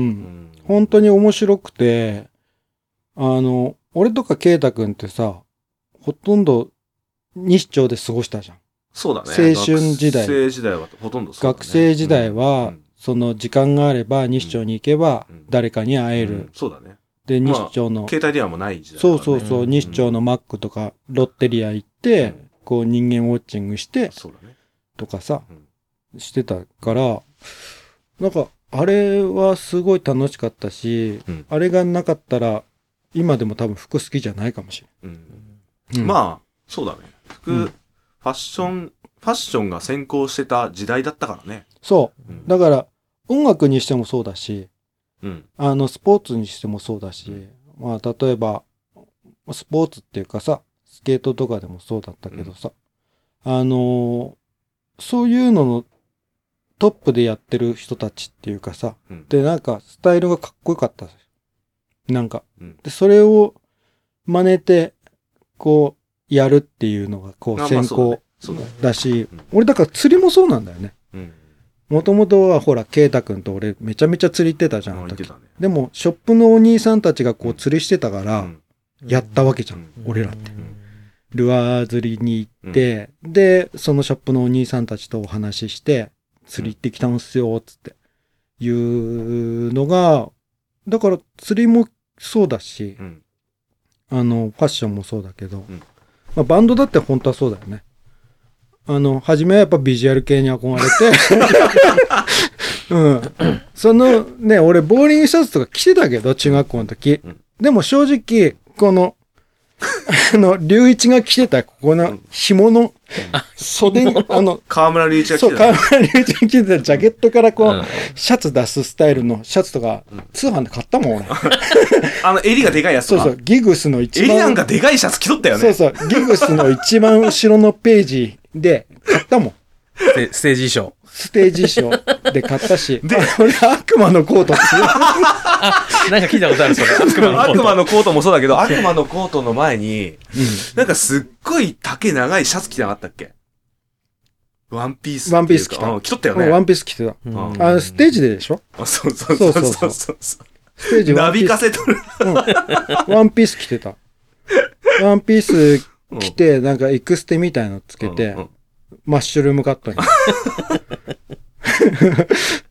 本当に面白くて、あの、俺とかケイタ君ってさ、ほとんど西町で過ごしたじゃん。 そうだね。 青春時代。 学生時代はほとんどそうだね。 学生時代は、うんその時間があれば西町に行けば誰かに会える。うんうん、 そうだね。 で、西町の、 まあ、携帯電話もない時代だからね。そうそうそう、西町のマックとかロッテリア行って、うん、こう人間ウォッチングして、 そうだね、 とかさ、うん、してたから、なんか、あれはすごい楽しかったし、うん、あれがなかったら、今でも多分服好きじゃないかもしれない。 うんうん、まあ、そうだね。服、うん、ファッション、ファッションが先行してた時代だったからね。 そう。うん、だから、音楽にしてもそうだし、 うん、 あの、スポーツにしてもそうだし、うん、まあ、例えば、スポーツっていうかさ、スケートとかでもそうだったけどさ、うん、あのー、そういうののトップでやってる人たちっていうかさ、うん、で、なんか、スタイルがかっこよかった。なんか、うん、で、それを真似て、こう、やるっていうのが、こう、先行だし、俺だから釣りもそうなんだよね。もともとはほら、ケイタ君と俺めちゃめちゃ釣り行ってたじゃん。ね、でも、ショップのお兄さんたちがこう釣りしてたから、やったわけじゃん。うん、俺らって。うん、ルアー釣りに行って、うん、で、そのショップのお兄さんたちとお話しして、釣り行ってきたんすよ、つって。いうのが、だから釣りもそうだし、うん、あの、ファッションもそうだけど、うんまあ、バンドだって本当はそうだよね。あの、初めはやっぱビジュアル系に憧れて、うん。そのね、俺ボーリングシャツとか着てたけど、中学校の時。うん、でも正直、この、あの、隆一が着てた、ここの紐の袖に、あの、 河村隆一が着てた。 そう、河村隆一が着てたジャケットからこう、うん、シャツ出すスタイルのシャツとか、うん、通販で買ったもん、俺。 あの、襟がでかいやつとか。 そうそう、ギグスの一番。 襟なんかでかいシャツ着とったよね。 そうそう、ギグスの一番後ろのページで買ったもん。 ステージ衣装。 ステージ衣装で買ったし、で、俺悪魔のコートってあ、なんか聞いたことある、それ。悪魔のコート。 悪魔のコートもそうだけど、悪魔のコートの前に、うん、なんかすっごい丈長いシャツ着てなかったっけ？ワンピース。 ワンピース着た。 着とったよね。 ワンピース着てた。うん、あ、ステージででしょ？ あ、そうそうそうそうそうそう。ステージなびかせとる、 うん。ワンピース着てた。ワンピース着て、なんかエクステみたいのつけて、うんうんマッシュルームカットに。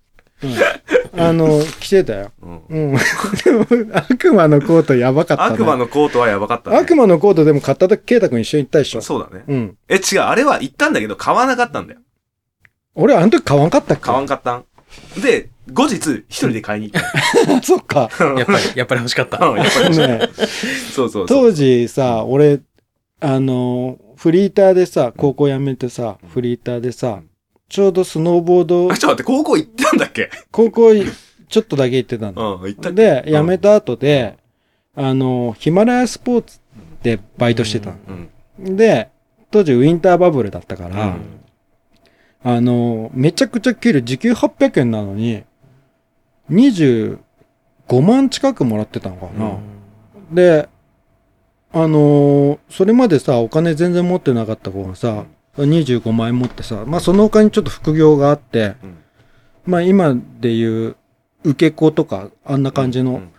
うん、あの、着てたよ。 うん。 うん。でも、悪魔のコートやばかったね。 悪魔のコートはやばかったね。 悪魔のコートでも買った時、ケイタ君一緒に行ったでしょ。 そうだね。 うん。 え、違う、あれは行ったんだけど、買わなかったんだよ。 俺、あの時買わんかったっけ？ 買わんかったん。で、後日、一人で買いに行っあ、そっか。 やっぱり、やっぱり欲しかった。 た。うん、やっぱり。 ねそうそうそう。 当時さ、俺、あの、フリーターでさ、高校辞めてさ、フリーターでさ、ちょうどスノーボードあ、、ちょっと待って、高校行ったんだっけ？ 高校ちょっとだけ行ってたの。 うん、行ったっけ？ で、辞めた後で、あの、ヒマラヤスポーツでバイトしてたの。 うん。 で、当時ウィンターバブルだったから、 うんあの、めちゃくちゃ給料時給はっぴゃくえんなのに、にじゅうごまん近くもらってたのかな。で、あのーそれまでさ、お金全然持ってなかった子がさ、にじゅうごまん円持ってさ、まあその他にちょっと副業があって、 うんまあ今でいう受け子とか、あんな感じの、 うん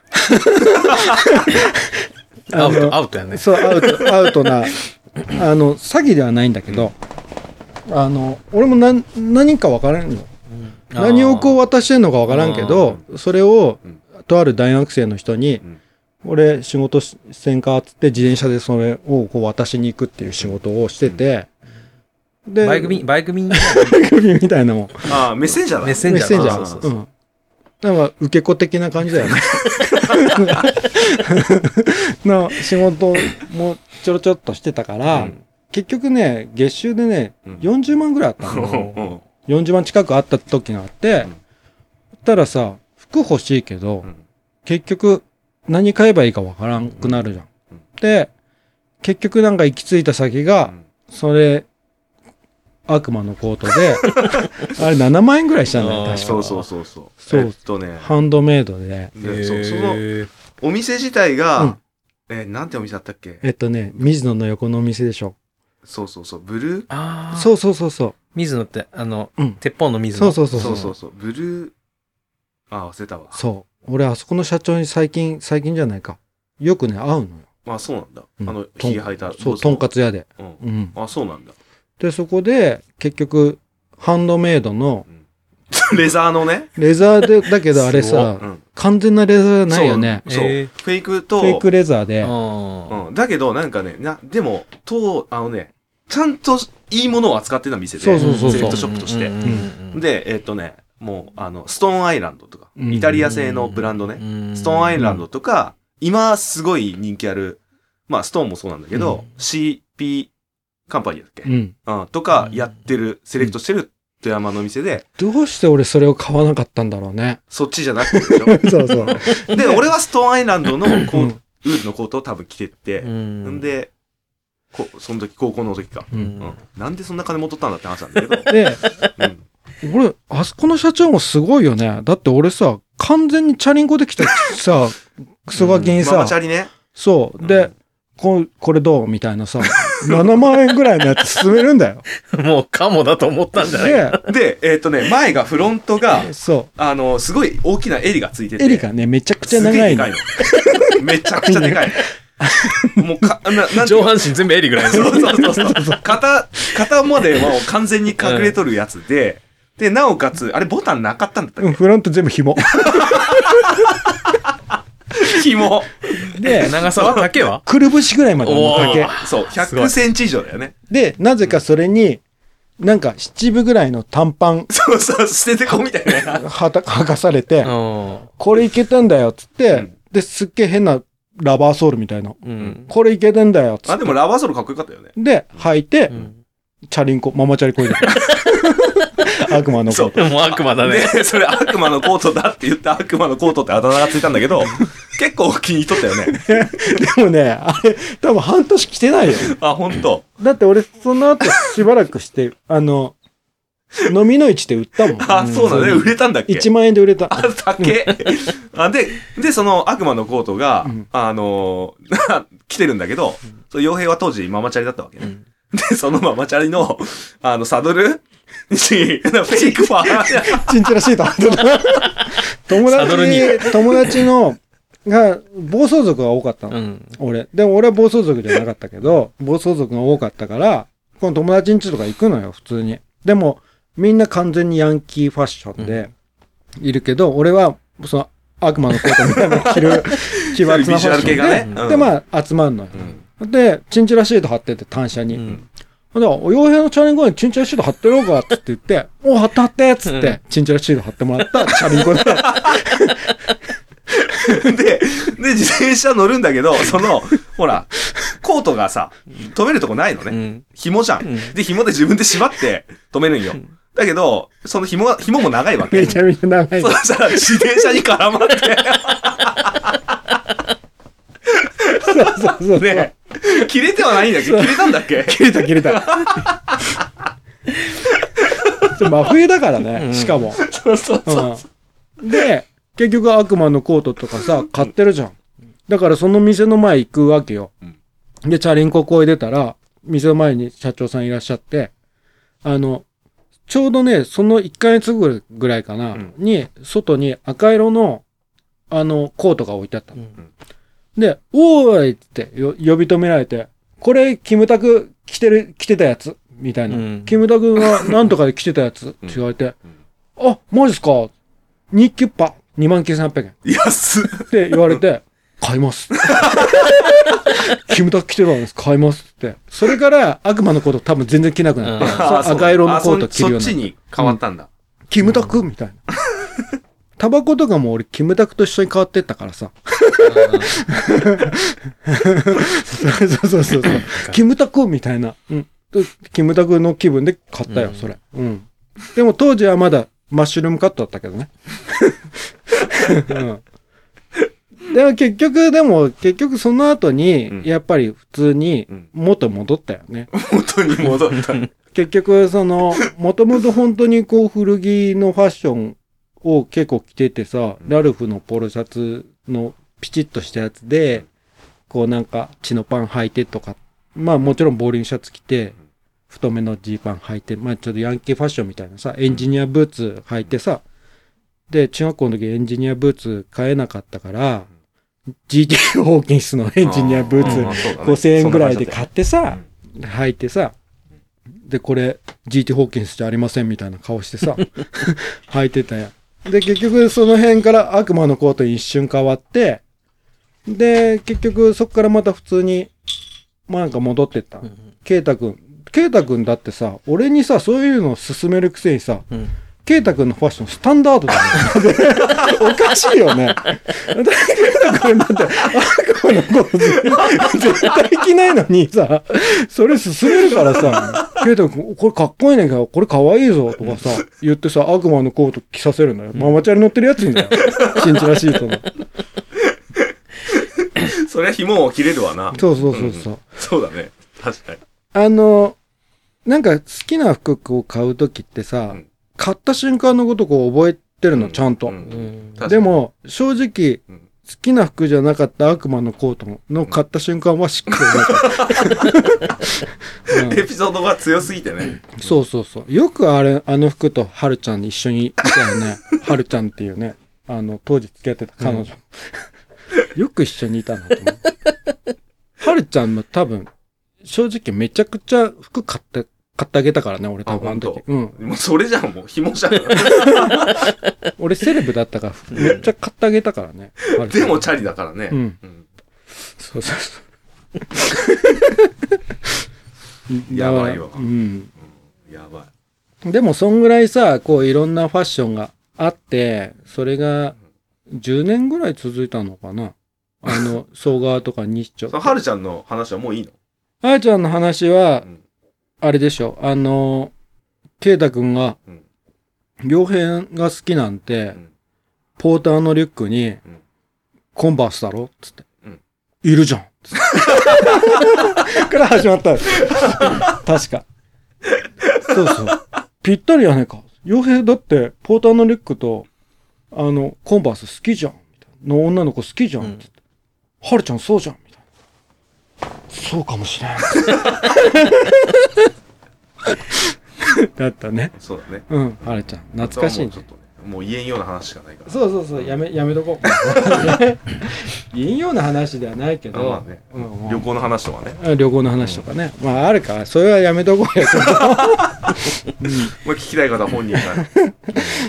アウト、 あのアウトやね。 そう、アウト、アウトな、あの、詐欺ではないんだけど、あの、俺も何、何かわからんよ。何をこう渡してんのかわからんけど、それをうん、 とある大学生の人に、 うん俺仕事しせんかっつって自転車でそれをこう渡しに行くっていう仕事をしてて、で、 バイク便、バイク便バイク便みたいなもん。 ああ、メッセンジャーだ。 メッセンジャーメッセンジャー。 そうそうそううん。なんか受け子的な感じだよね。の仕事もちょろちょろっとしてたから、 うん結局ね、月収でね、 うんよんじゅうまんぐらいあったうの。 んよんじゅうまん近くあった時があって、 うんたらさ、服欲しいけど、 うん結局何買えばいいかわからんくなるじゃん。 うんで、結局なんか行き着いた先が、それ、悪魔のコートで、あれななまん円ぐらいしたんだよ、 あー確か。 そうそうそうそう。 そうえっとね、 ハンドメイドで。 でそうそのへーお店自体うんが、えーなんてお店だったっけ？ えっとね、水野の横のお店でしょ。 そうそうそう、ブルーああ。 そうそうそうそう。 水野って、あの、 うん鉄砲の水野。 そうそうそうそうそうそう、ブルー、あ、忘れたわ。 そう。俺、あそこの社長に最近、最近じゃないか。よくね、会うのよ。 あ、そうなんだ。 うんあの、 とんひげ生えた。 そう、とんかつ屋で。 うん。 うん。 あ、そうなんだ。 で、そこで、結局、ハンドメイドの、 レザーのね。 レザーで、だけどあれすごいさう、ん。 完全なレザーじゃないよね。 そう。 えーフェイクと、 フェイクレザーで。 あうん。だけど、なんかね、な、でも、と、あのね、ちゃんといいものを扱ってた店で、 そうそうそうそうセレクトショップとして。 んで、えっとね、もう、あの、ストーンアイランドとか、 うんイタリア製のブランドね。ストーンアイランドとか、今すごい人気ある、まあ、ストーンもそうなんだけど、シーピー カンパニーだっけ、 うん。 うん、とかやってる、セレクトしてる富山の店で、 どうして俺それを買わなかったんだろうね。 そっちじゃなくてでしょそうそう。 で、俺はストーンアイランドのコート、 うんウールのコートを多分着てって、んで、こその時、高校の時か、 う。 うんうんん。なんでそんな金持っとったんだって話なんだけど、 で、 うん。 俺、あそこの社長もすごいよね。だって俺さ、完全にチャリンコできたさ、クソガキにママさ、 チャリね。 そう。で、ここれどうみたいなさ、ななまん円ぐらいのやつ進めるんだよ。 もうカモだと思ったんじゃないで、 で、えっ、とね、前がフロントが、 そあの、すごい大きな襟がついてう。 て。 襟がね、めちゃくちゃ長いの。 すげえでかいの。めちゃくちゃでかいの。もうか、な、なんていう上の半身全部襟ぐらいの。 そうそうそうそう。肩、肩まではもう完全に隠れとるやつで、で、なおかつ、あれボタンなかったんだったっうん、フロント全部紐。 け紐。 で、 長さは丈はくるぶしぐらいまであるのおー丈。 そう、ひゃくセンチ以上だよね。 で、なぜかそれに、なんか七分ぐらいの短パンそうそう、捨ててこみたいな。 はた、履かされて、 うんこれいけたんだよ、つって、 うんで、すっげえ変なラバーソールみたいな。 うん。 これいけてんだよ、つあ、 って。 でもラバーソールかっこよかったよね。 で、履いて、 うんチャリンコ、ママチャリこいで。悪魔の子。 でも悪魔だね。 で、それ悪魔のコートだって言って悪魔のコートってあだ名がついたんだけど、結構気に入っとったよね。 でもね、あれ、多分半年着てないよ。 あ、ほんと。 だって俺、その後しばらくして、あの、飲みの市で売ったもん。 あ、そうだね。売れたんだっけいちまん円で売れた。 あ、だけ。あ、で、で、その悪魔のコートが、 うんあのー着てるんだけど、その傭兵は当時ママチャリだったわけね。 うんで、そのママチャリの、あの、サドルに、フェイクファー。 チンチラシート貼ってた。友サドルに達、友達の、が、暴走族が多かったの。 うん。 俺。でも俺は暴走族じゃなかったけど、暴走族が多かったから、この友達ん家とか行くのよ、普通に。でも、みんな完全にヤンキーファッションで、 いるけど、俺は、その、悪魔のコートみたいなの着る、奇抜なファッションで、 ビジュアル系がねうんで、まあ、集まるのよ。 うんで、チンチラシート貼ってて、単車に。 うんだから、お傭兵のチャリンコにチンチラシート貼ってろうかって言って、お貼って貼ってっつって、チンチラシート貼ってもらったチャリンコで。 で、で、自転車乗るんだけど、その、ほら、コートがさ、止めるとこないのね。 うん紐じゃん。 うんで、紐で自分で縛って止めるんよ。だけど、その紐が、紐も長いわけ。 めちゃめちゃ長い。 そしたら自転車に絡まって。 そうそうそう。 ね、切れてはないんだっけ切れたんだっけ切れた切れた。真冬だからね、 うん、 しかも。 そうそうそう。 うん、で、結局悪魔のコートとかさ、買ってるじゃん。だからその店の前行くわけよ。 うん、 で、チャリンコこいでたら、店の前に社長さんいらっしゃって、あの、ちょうどね、そのいっかげつぐらいかな、うん、に、外に赤色の、あの、コートが置いてあったの。うん、で、おーいってよ呼び止められて、これ、キムタク着てる、着てたやつみたいな。うん、キムタクがなんとかで着てたやつって言われて、うん、あ、マジっすかにキュッパにまんきゅうせんはっぴゃくえん。 安っって言われて、買います。キムタク着てたんです。買いますって。それから悪魔のコート多分全然着なくなって、赤色のコート着るようになって。 そっちに変わったんだ。 うん、キムタクみたいな。タバコとかも俺キムタクと一緒に変わってったからさ。そうそうそうそう。キムタクみたいな。うん。キムタクの気分で買ったよ、それ。うん。でも当時はまだマッシュルームカットだったけどね。うんでも結局、でも結局その後に、やっぱり普通に元戻ったよね。 元に戻った。 結局、その、もともと本当にこう古着のファッションを結構着ててさ、ラルフのポロシャツのピチッとしたやつで、こうなんかチノパン履いてとか、まあもちろんボーリングシャツ着て、太めのジーパン履いて、まあちょっとヤンキーファッションみたいなさ、エンジニアブーツ履いてさ、で、中学校の時エンジニアブーツ買えなかったから、ジーティー ホーキンスのエンジニアブーツごせんえんぐらいで買ってさ、履いてさ、で、これ ジーティー ホーキンスじゃありませんみたいな顔してさ、履いてたやん。で、結局その辺から悪魔のコートに一瞬変わって、で、結局そこからまた普通に、まあなんか戻ってった。ケイタくん。ケイタくんだってさ、俺にさ、そういうのを勧めるくせにさ、うんケイタ君のファッションスタンダードだね。おかしいよね。ケイタ君だって悪魔のコート絶対着ないのにさ、それ勧めるからさ、ケイタ君これかっこいいねんけど、これかわいいぞとかさ、言ってさ、悪魔のコート着させるのよ。ママチャリ乗ってるやついんだよ。チンチラシートの。 そりゃ紐を切れるわな。 そうそうそうそう。 うん、そうだね。確かに。 あの、なんか好きな服を買うときってさ、うん買った瞬間のことを覚えてるの、ちゃんと。うんうん、でも、正直、好きな服じゃなかった悪魔のコートの買った瞬間はしっかり覚えてる。 うん、エピソードが強すぎてね。 そうそうそう。よくあれ、あの服とはるちゃんに一緒にいたよね。はるちゃんっていうね、あの、当時付き合ってた彼女。うん、よく一緒にいたなと思う。はるちゃんも多分、正直めちゃくちゃ服買って、買ってあげたからね、俺多分あの時。うん。 もうそれじゃん、もう紐じゃん。 俺セレブだったから、めっちゃ買ってあげたからね。 でもチャリだからね。 うん。うん、そうそうそう。 やばいわ。 うん。 やばい。でもそんぐらいさ、こういろんなファッションがあって、それがじゅうねんぐらい続いたのかな。あの、総川とか西町。 はるちゃんの話はもういいの？ はるちゃんの話は、うんあれでしょ、あの、ケイタ君が、傭兵が好きなんて、うん、ポーターのリュックに、うん、コンバースだろつって、うん、いるじゃんから始まった。確か。そうそう。ぴったりやねんか。傭兵だって、ポーターのリュックと、あの、コンバース好きじゃん。みたいなの女の子好きじゃん。うん、つってはるちゃんそうじゃん。みたいな。そうかもしれん。だったね。 そうだね。 うん、はるちゃん。懐かしいね。 もう言えんような話しかないから。 そうそうそう、やめ、やめとこう。言えんような話ではないけど、 まあね、 うんうん、 旅行の話とかね。 旅行の話とかね。うん、まああるから、それはやめとこうよ。うん、 まあ聞きたい方は本人から。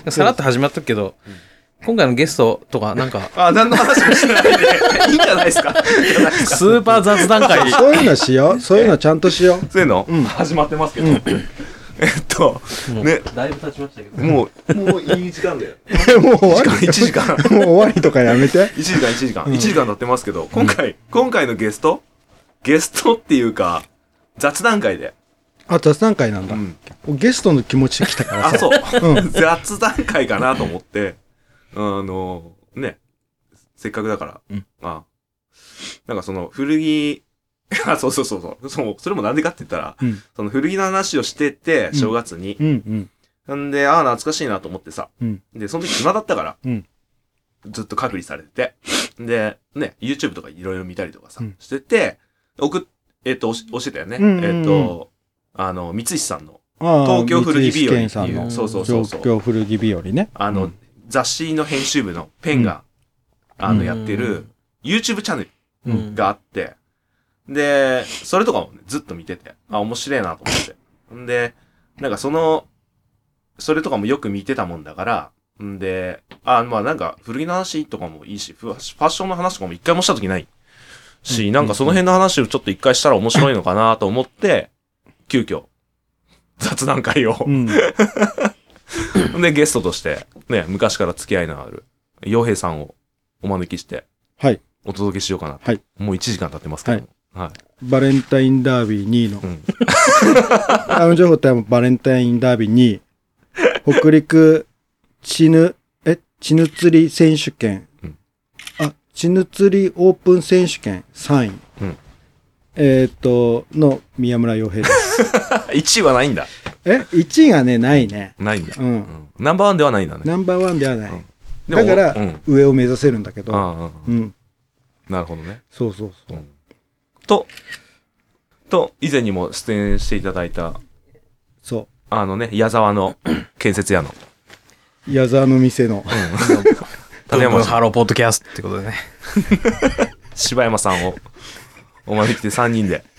さらっと始まったけど、今回のゲストとかなんか、 あ、何の話もしてないんで、いいんじゃないですか。いいんじゃないですかスーパー雑談会。 そういうのしよう。そういうのちゃんとしよう。 そういうの、 うん、 始まってますけど。うん、えっと、ね。 だいぶ経ちましたけど。 もう、もういい時間だよ。 もう終わり。 いちじかん。 もう終わりとかやめて。 いちじかん、いちじかん。 うん、 いちじかん経ってますけど、今回、今回のゲストゲストっていうか、雑談会で。 あ、雑談会なんだ。うん、ゲストの気持ちで来たからさ。 あ、そう。うん、雑談会かなと思って、あの、ね、せっかくだから、うん、あなんかその古着、あ、そうそうそうそう、そう、それもなんでかって言ったら、うん、その古着の話をしてて、正月に。うんうん、んで、ああ、懐かしいなと思ってさ、うん、で、その時暇だったから、うん、ずっと隔離されてて、で、ね、YouTube とかいろいろ見たりとかさ、うん、してて、送っ、えっと、教えたよね。うんうんうん、えっと、あの、三石さんの、東京古着日和っていう、そうそうそうそう。 東京古着日和ね。 あの、うん、雑誌の編集部のペンが、うん、あの、やってる YouTube チャンネルがあって、うん、で、それとかもね、ずっと見てて、あ、面白いなと思って。んで、なんかその、それとかもよく見てたもんだから、んで、あ、まあなんか古着の話とかもいいし、ファッションの話とかも一回もした時ないし、うん、なんかその辺の話をちょっと一回したら面白いのかなと思って、急遽、雑談会を、うん、で、ゲストとして、ね、昔から付き合いのある、洋平さんをお招きして、 はい。 お届けしようかな。はい。もういちじかん経ってますけど、はい。はい、 バレンタインダービーにいの。うん。タウン情報ってバレンタインダービーにい、北陸、チヌ、え、チヌ釣り選手権。うん、あ、チヌ釣りオープン選手権さんい。うん。えっと、の宮村洋平です。 いちいはないんだ。 え ?いち いがね、ないね。 ないんだ。うん。うん、ナンバーワンではないんだね。 ナンバーワンではない。うん、だから、うん、上を目指せるんだけど。ああうん。 なるほどね。 そうそうそう。うん、 と、と、以前にも出演していただいた、 そう。 あのね、矢沢の建設屋の。 矢沢の店の。 うん。山ハローポッドキャストってことでね。 柴山さんをお招きしてさんにんで。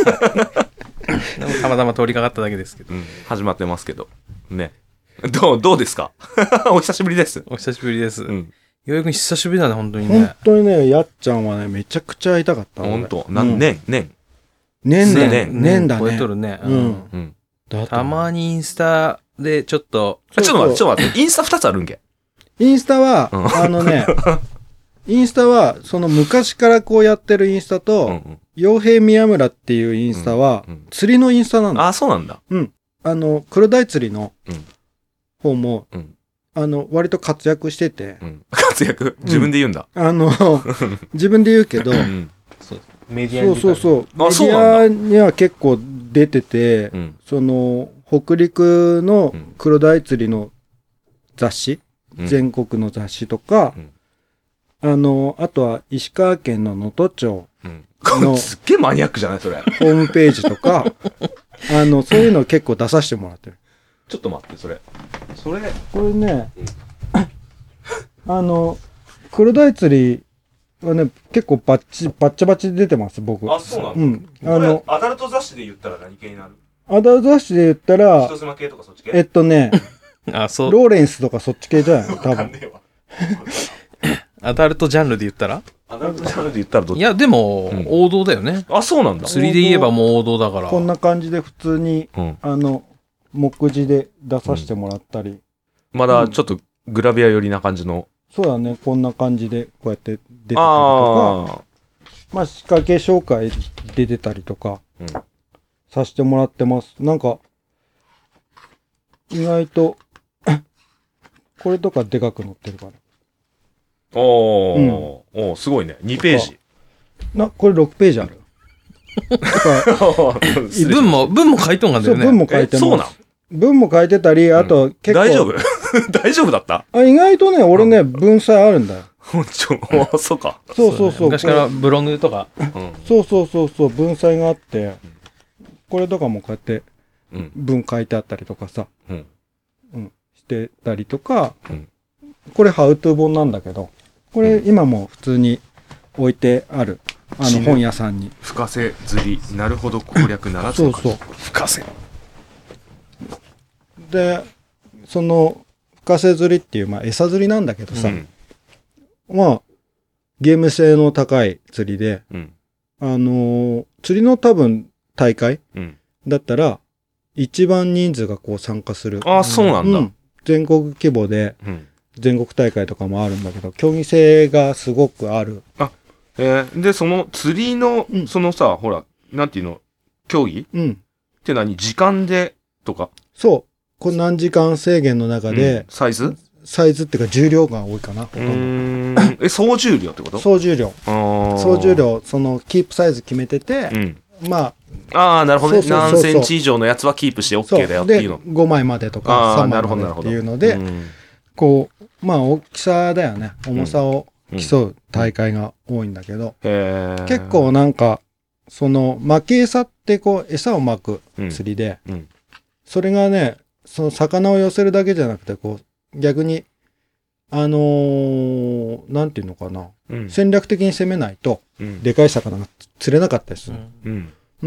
たまたま通りかかっただけですけど。 うん、始まってますけど。ね。どう、どうですかお久しぶりです。 お久しぶりです。うん。ようやく久しぶりだね、本当にね。 本当にね、やっちゃんはね、めちゃくちゃ会いたかった。 本当なん、年、年。 年だね。年だね。 超えとるね。うん。うん、たまにインスタでちょっと。 ちょっと待って、ちょっと待って。インスタふたつあるんけインスタは、あのね、インスタは、その昔からこうやってるインスタと、洋平宮村っていうインスタは、釣りのインスタなんだ。 あ、そうなんだ。 うん。あの、黒鯛釣りの方も、あの、割と活躍してて。 活躍自分で言うんだ。 あの、自分で言うけど、 メディアにそうそうそう。メディアには結構出てて、その、北陸の黒鯛釣りの雑誌、全国の雑誌とか、あの、あとは石川県の能登町の、すっげえマニアックじゃないそれ。ホームページとか、あの、そういうのを結構出させてもらってる。 ちょっと待って、それ。それ。 これね、あの、黒鯛釣りはね、結構バッチ、バッチャバチで出てます、僕。 あ、そうなんだ。うん。あの、アダルト雑誌で言ったら何系になる？ アダルト雑誌で言ったら、 人妻系とかそっち系？ えっとね、 あ、そう。 ローレンスとかそっち系じゃない多分。 アダルトジャンルで言ったらアダルトジャンルで言ったらどっち？ いや、でも、うん、王道だよね。 あ、そうなんだ。 釣りで言えばもう王道だから。 こんな感じで普通に、うん、あの、目次で出させてもらったり。うん、 まだちょっとグラビア寄りな感じの。 そうだね。こんな感じでこうやって出てたりとか。まあ、仕掛け紹介で出たりとか、うん、させてもらってます。なんか、意外と、これとかでかく載ってるから。 おー、うん、おーすごいね。にページ。 な、これろくページある。とか文も、文も書いとんがんだよね。 そう、文も書いてます。 そうなん文も書いてたり、あと、結構。 大丈夫大丈夫だったあ、意外とね、俺ね、文才あるんだよ。 ちょ、そうか。 そうそうそう。 昔からブログとか。 そうそうそうそう、文才があって、これとかもこうやって、文書いてあったりとかさ。うん。うん。してたりとか、 うん、 これハウトゥー本なんだけど、これ今も普通に置いてある、あの本屋さんに。 深瀬釣り、なるほど攻略ならず。 そうそう。 深瀬。 で、その、深瀬釣りっていう、まあ餌釣りなんだけどさ、うん、まあ、ゲーム性の高い釣りで、うん、あのー、釣りの多分大会、うん、だったら、一番人数がこう参加する。 ああ、そうなんだ、うん。 全国規模で、全国大会とかもあるんだけど、競技性がすごくある。 あ、えー、で、その釣りの、うん、そのさ、ほら、なんていうの、競技、うん、って何時間でとかそう。これ何時間制限の中で、うん、 サイズサイズっていうか重量が多いかな。ほとんど。え、総重量ってこと？ 総重量。総重量、その、キープサイズ決めてて、うん、まあ、ああ、なるほどね。何センチ以上のやつはキープして OK だよっていうの。 で、ごまいまでとかさんまいまでっていうので、こう、まあ、大きさだよね。重さを競う大会が多いんだけど、うんうん、結構なんか、その、巻き餌ってこう、餌を巻く釣りで、うんうん、それがね、その魚を寄せるだけじゃなくて、こう、逆に、あのー、なんていうのかな、うん、戦略的に攻めないと、うん、でかい魚が釣れなかったりする。うん。うん。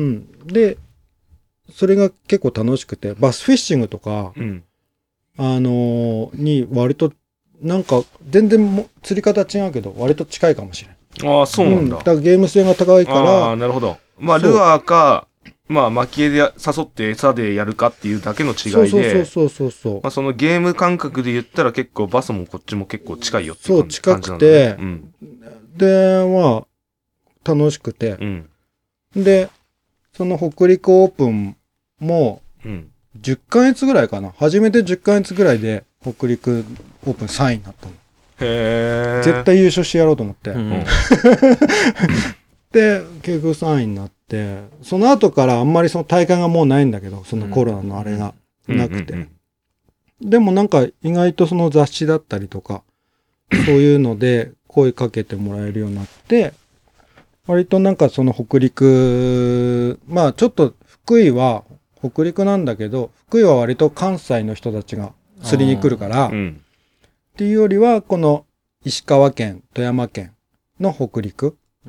で、それが結構楽しくて、バスフィッシングとか、うん、あのー、に割と、なんか、全然も釣り方違うけど、割と近いかもしれん。 ああ、そうなんだ。 うん、だからゲーム性が高いから。 ああ、なるほど。まあ、ルアーか、まあ、巻き絵で誘って餌でやるかっていうだけの違いで、 そうそうそうそうそう。 まあ、そのゲーム感覚で言ったら結構バスもこっちも結構近いよって感じなんだね。そう、近くて、うん、で、まあ、楽しくて、うん、で、その北陸オープンも、じゅっかげつぐらいかな。初めてじゅっかげつぐらいで北陸オープンさんいになったの。 へー。 絶対優勝してやろうと思って。うん、で、結局さんいになって、その後からあんまりその大会がもうないんだけど、そのコロナのあれがなくて。でもなんか意外とその雑誌だったりとか、そういうので声かけてもらえるようになって、割となんかその北陸、まあちょっと福井は北陸なんだけど、福井は割と関西の人たちが釣りに来るから、うん、っていうよりはこの石川県、富山県の北陸、うん、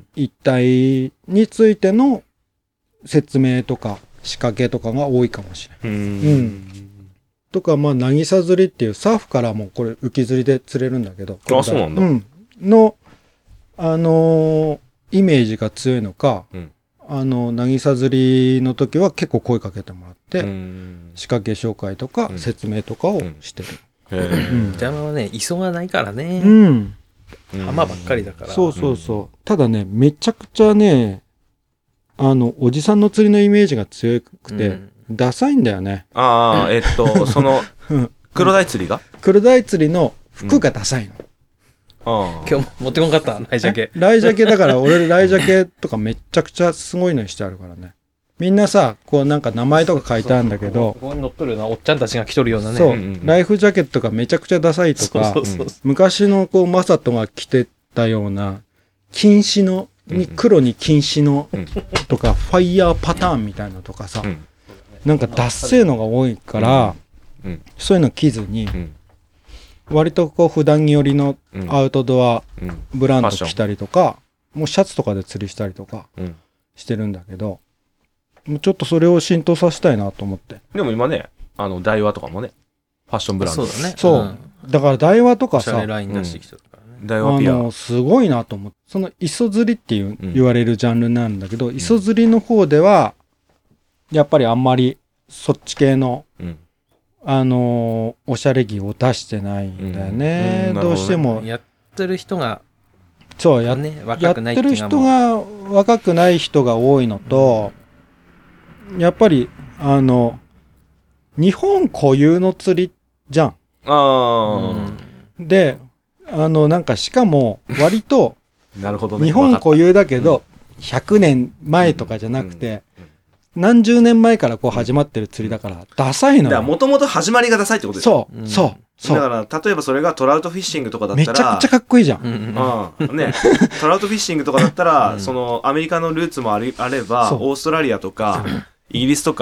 一帯についての説明とか仕掛けとかが多いかもしれない。うん、うん、とか、まあ、渚釣りっていうサーフからもこれ浮き釣りで釣れるんだけど。 あ、そうなんだ。 うん。の、あのー、イメージが強いのか、うん、あの、渚釣りの時は結構声かけてもらって、仕掛け紹介とか説明とかをしてる。 うんうん、邪魔はね、磯がないからね。 うん。 浜ばっかりだから。 そうそうそう。うん、ただね、めちゃくちゃね、あの、おじさんの釣りのイメージが強くて、うん、ダサいんだよね。 ああ、えっと、その、黒鯛釣りが黒鯛釣りの服がダサいの。 うん、あ今日持ってこんかったライジャケ。 ライジャケだから、俺ライジャケとかめちゃくちゃすごいのにしてあるからね。みんなさ、こうなんか名前とか書いてあるんだけど、 ここに載っとるような、おっちゃんたちが着とるようなね。 そう、うんうん、ライフジャケットがめちゃくちゃダサいとか、そうそうそう昔のこう、マサトが着てたような、金糸の、に黒に金糸のとか、ファイヤーパターンみたいなのとかさ、うん、なんかダッセーのが多いから、うんうん、そういうの着ずに、うん、割とこう普段着寄りのアウトドアブランド着たりとか、うん、もうシャツとかで釣りしたりとかしてるんだけど、もうちょっとそれを浸透させたいなと思って。 でも今ね、あの、ダイワとかもね、ファッションブランド。 そうだね。 そう。うん、だからダイワとかさ、 おしゃれライン出してきてるからね。 ダイワピア。 あの、すごいなと思って。その磯釣りっていう、うん、言われるジャンルなんだけど、磯釣りの方では、やっぱりあんまりそっち系の、うん、あのー、おしゃれ着を出してないんだよね。うんうん、どうしても。 やってる人が、 そう、や、ね、若くないっていうのがやってる人が若くない人が多いのと、うん、やっぱり、あの、日本固有の釣りじゃん。 ああ、 うん。で、あの、なんかしかも、割と、 なるほどね。 日本固有だけど、ひゃくねんまえとかじゃなくて、何十年前からこう始まってる釣りだから、ダサいのよ。だからもともと始まりがダサいってことですよ。そう、そう、そう。 だから、例えばそれがトラウトフィッシングとかだったら。 めちゃくちゃかっこいいじゃん。 うん。ね。トラウトフィッシングとかだったら、その、アメリカのルーツもあれば、オーストラリアとか、イギリスとか、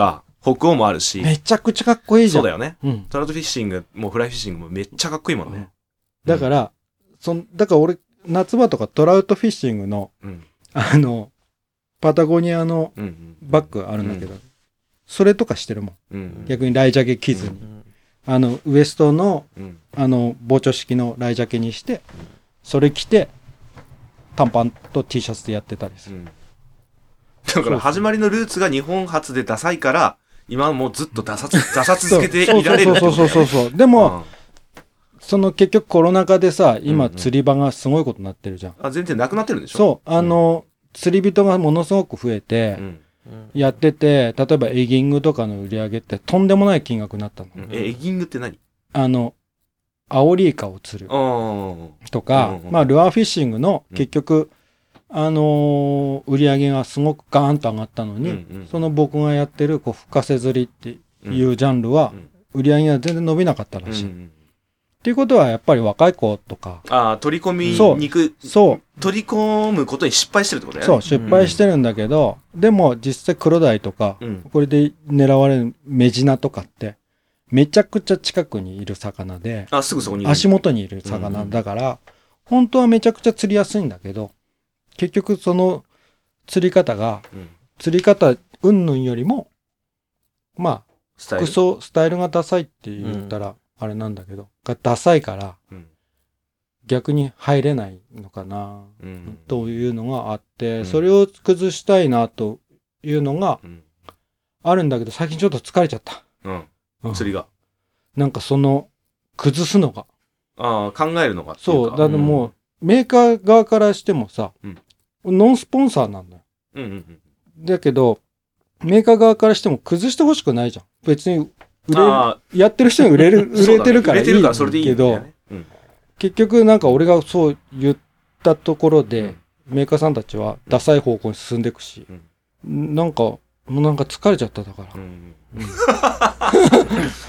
北欧もあるし。 めちゃくちゃかっこいいじゃん。 そうだよね。 うん。 トラウトフィッシング、もうフライフィッシングもめっちゃかっこいいもんね。 だから、そん、だから俺、夏場とかトラウトフィッシングの、 うん、 あの、パタゴニアのうんうんバッグあるんだけど、うん、それとかしてるもん。 うん、 逆にライジャケ着ずに。うん、あの、ウエストの、うん、あの、膨張式のライジャケにして、それ着て、短パンと T シャツでやってたりする。うん、 だから始まりのルーツが日本初でダサいから、今もうずっとダサつ、ダサ続けていられるってことだよね。 そうそうそうそうそう。でも、うん、その結局コロナ禍でさ、今釣り場がすごいことになってるじゃん。 あ、全然なくなってるんでしょ？ そう。あの、うん、釣り人がものすごく増えて、うん、やってて、例えばエギングとかの売り上げってとんでもない金額になったの。 うん、え、エギングって何？ あの、アオリイカを釣る。とか、まあ、ルアーフィッシングの結局、うん、あのー、売り上げがすごくガーンと上がったのに、うんうん、その僕がやってる、こう、深瀬釣りっていうジャンルは、売り上げが全然伸びなかったらしい。うんうん、っていうことは、やっぱり若い子とか。 ああ、取り込みに行く。 そう。 取り込むことに失敗してるってことだよね。 そう、失敗してるんだけど、うん、でも実際黒鯛とか、うん、これで狙われるメジナとかって、めちゃくちゃ近くにいる魚で、 あ、すぐそこにいる。 足元にいる魚だから、うんうん、本当はめちゃくちゃ釣りやすいんだけど、結局その釣り方が、うん、釣り方云々よりも、まあ、服装、スタイルがダサいって言ったら、あれなんだけど、がダサいから、うん、逆に入れないのかな、うん、というのがあって、うん、それを崩したいなというのがあるんだけど、最近ちょっと疲れちゃった。 うんうん、釣りが。 なんかその、崩すのが。 ああ、考えるのが。 そう。だからもう、うん、メーカー側からしてもさ、うん、ノンスポンサーなんだよ。うんうんうん、だけど、メーカー側からしても崩してほしくないじゃん。別に、売れる、やってる人に売れる、売れてるからいいけど、ね、売れてるからそれでいいんだよね、うん、結局なんか俺がそう言ったところで、うん、メーカーさんたちはダサい方向に進んでいくし、うん、なんか、もうなんか疲れちゃっただから。うんうん、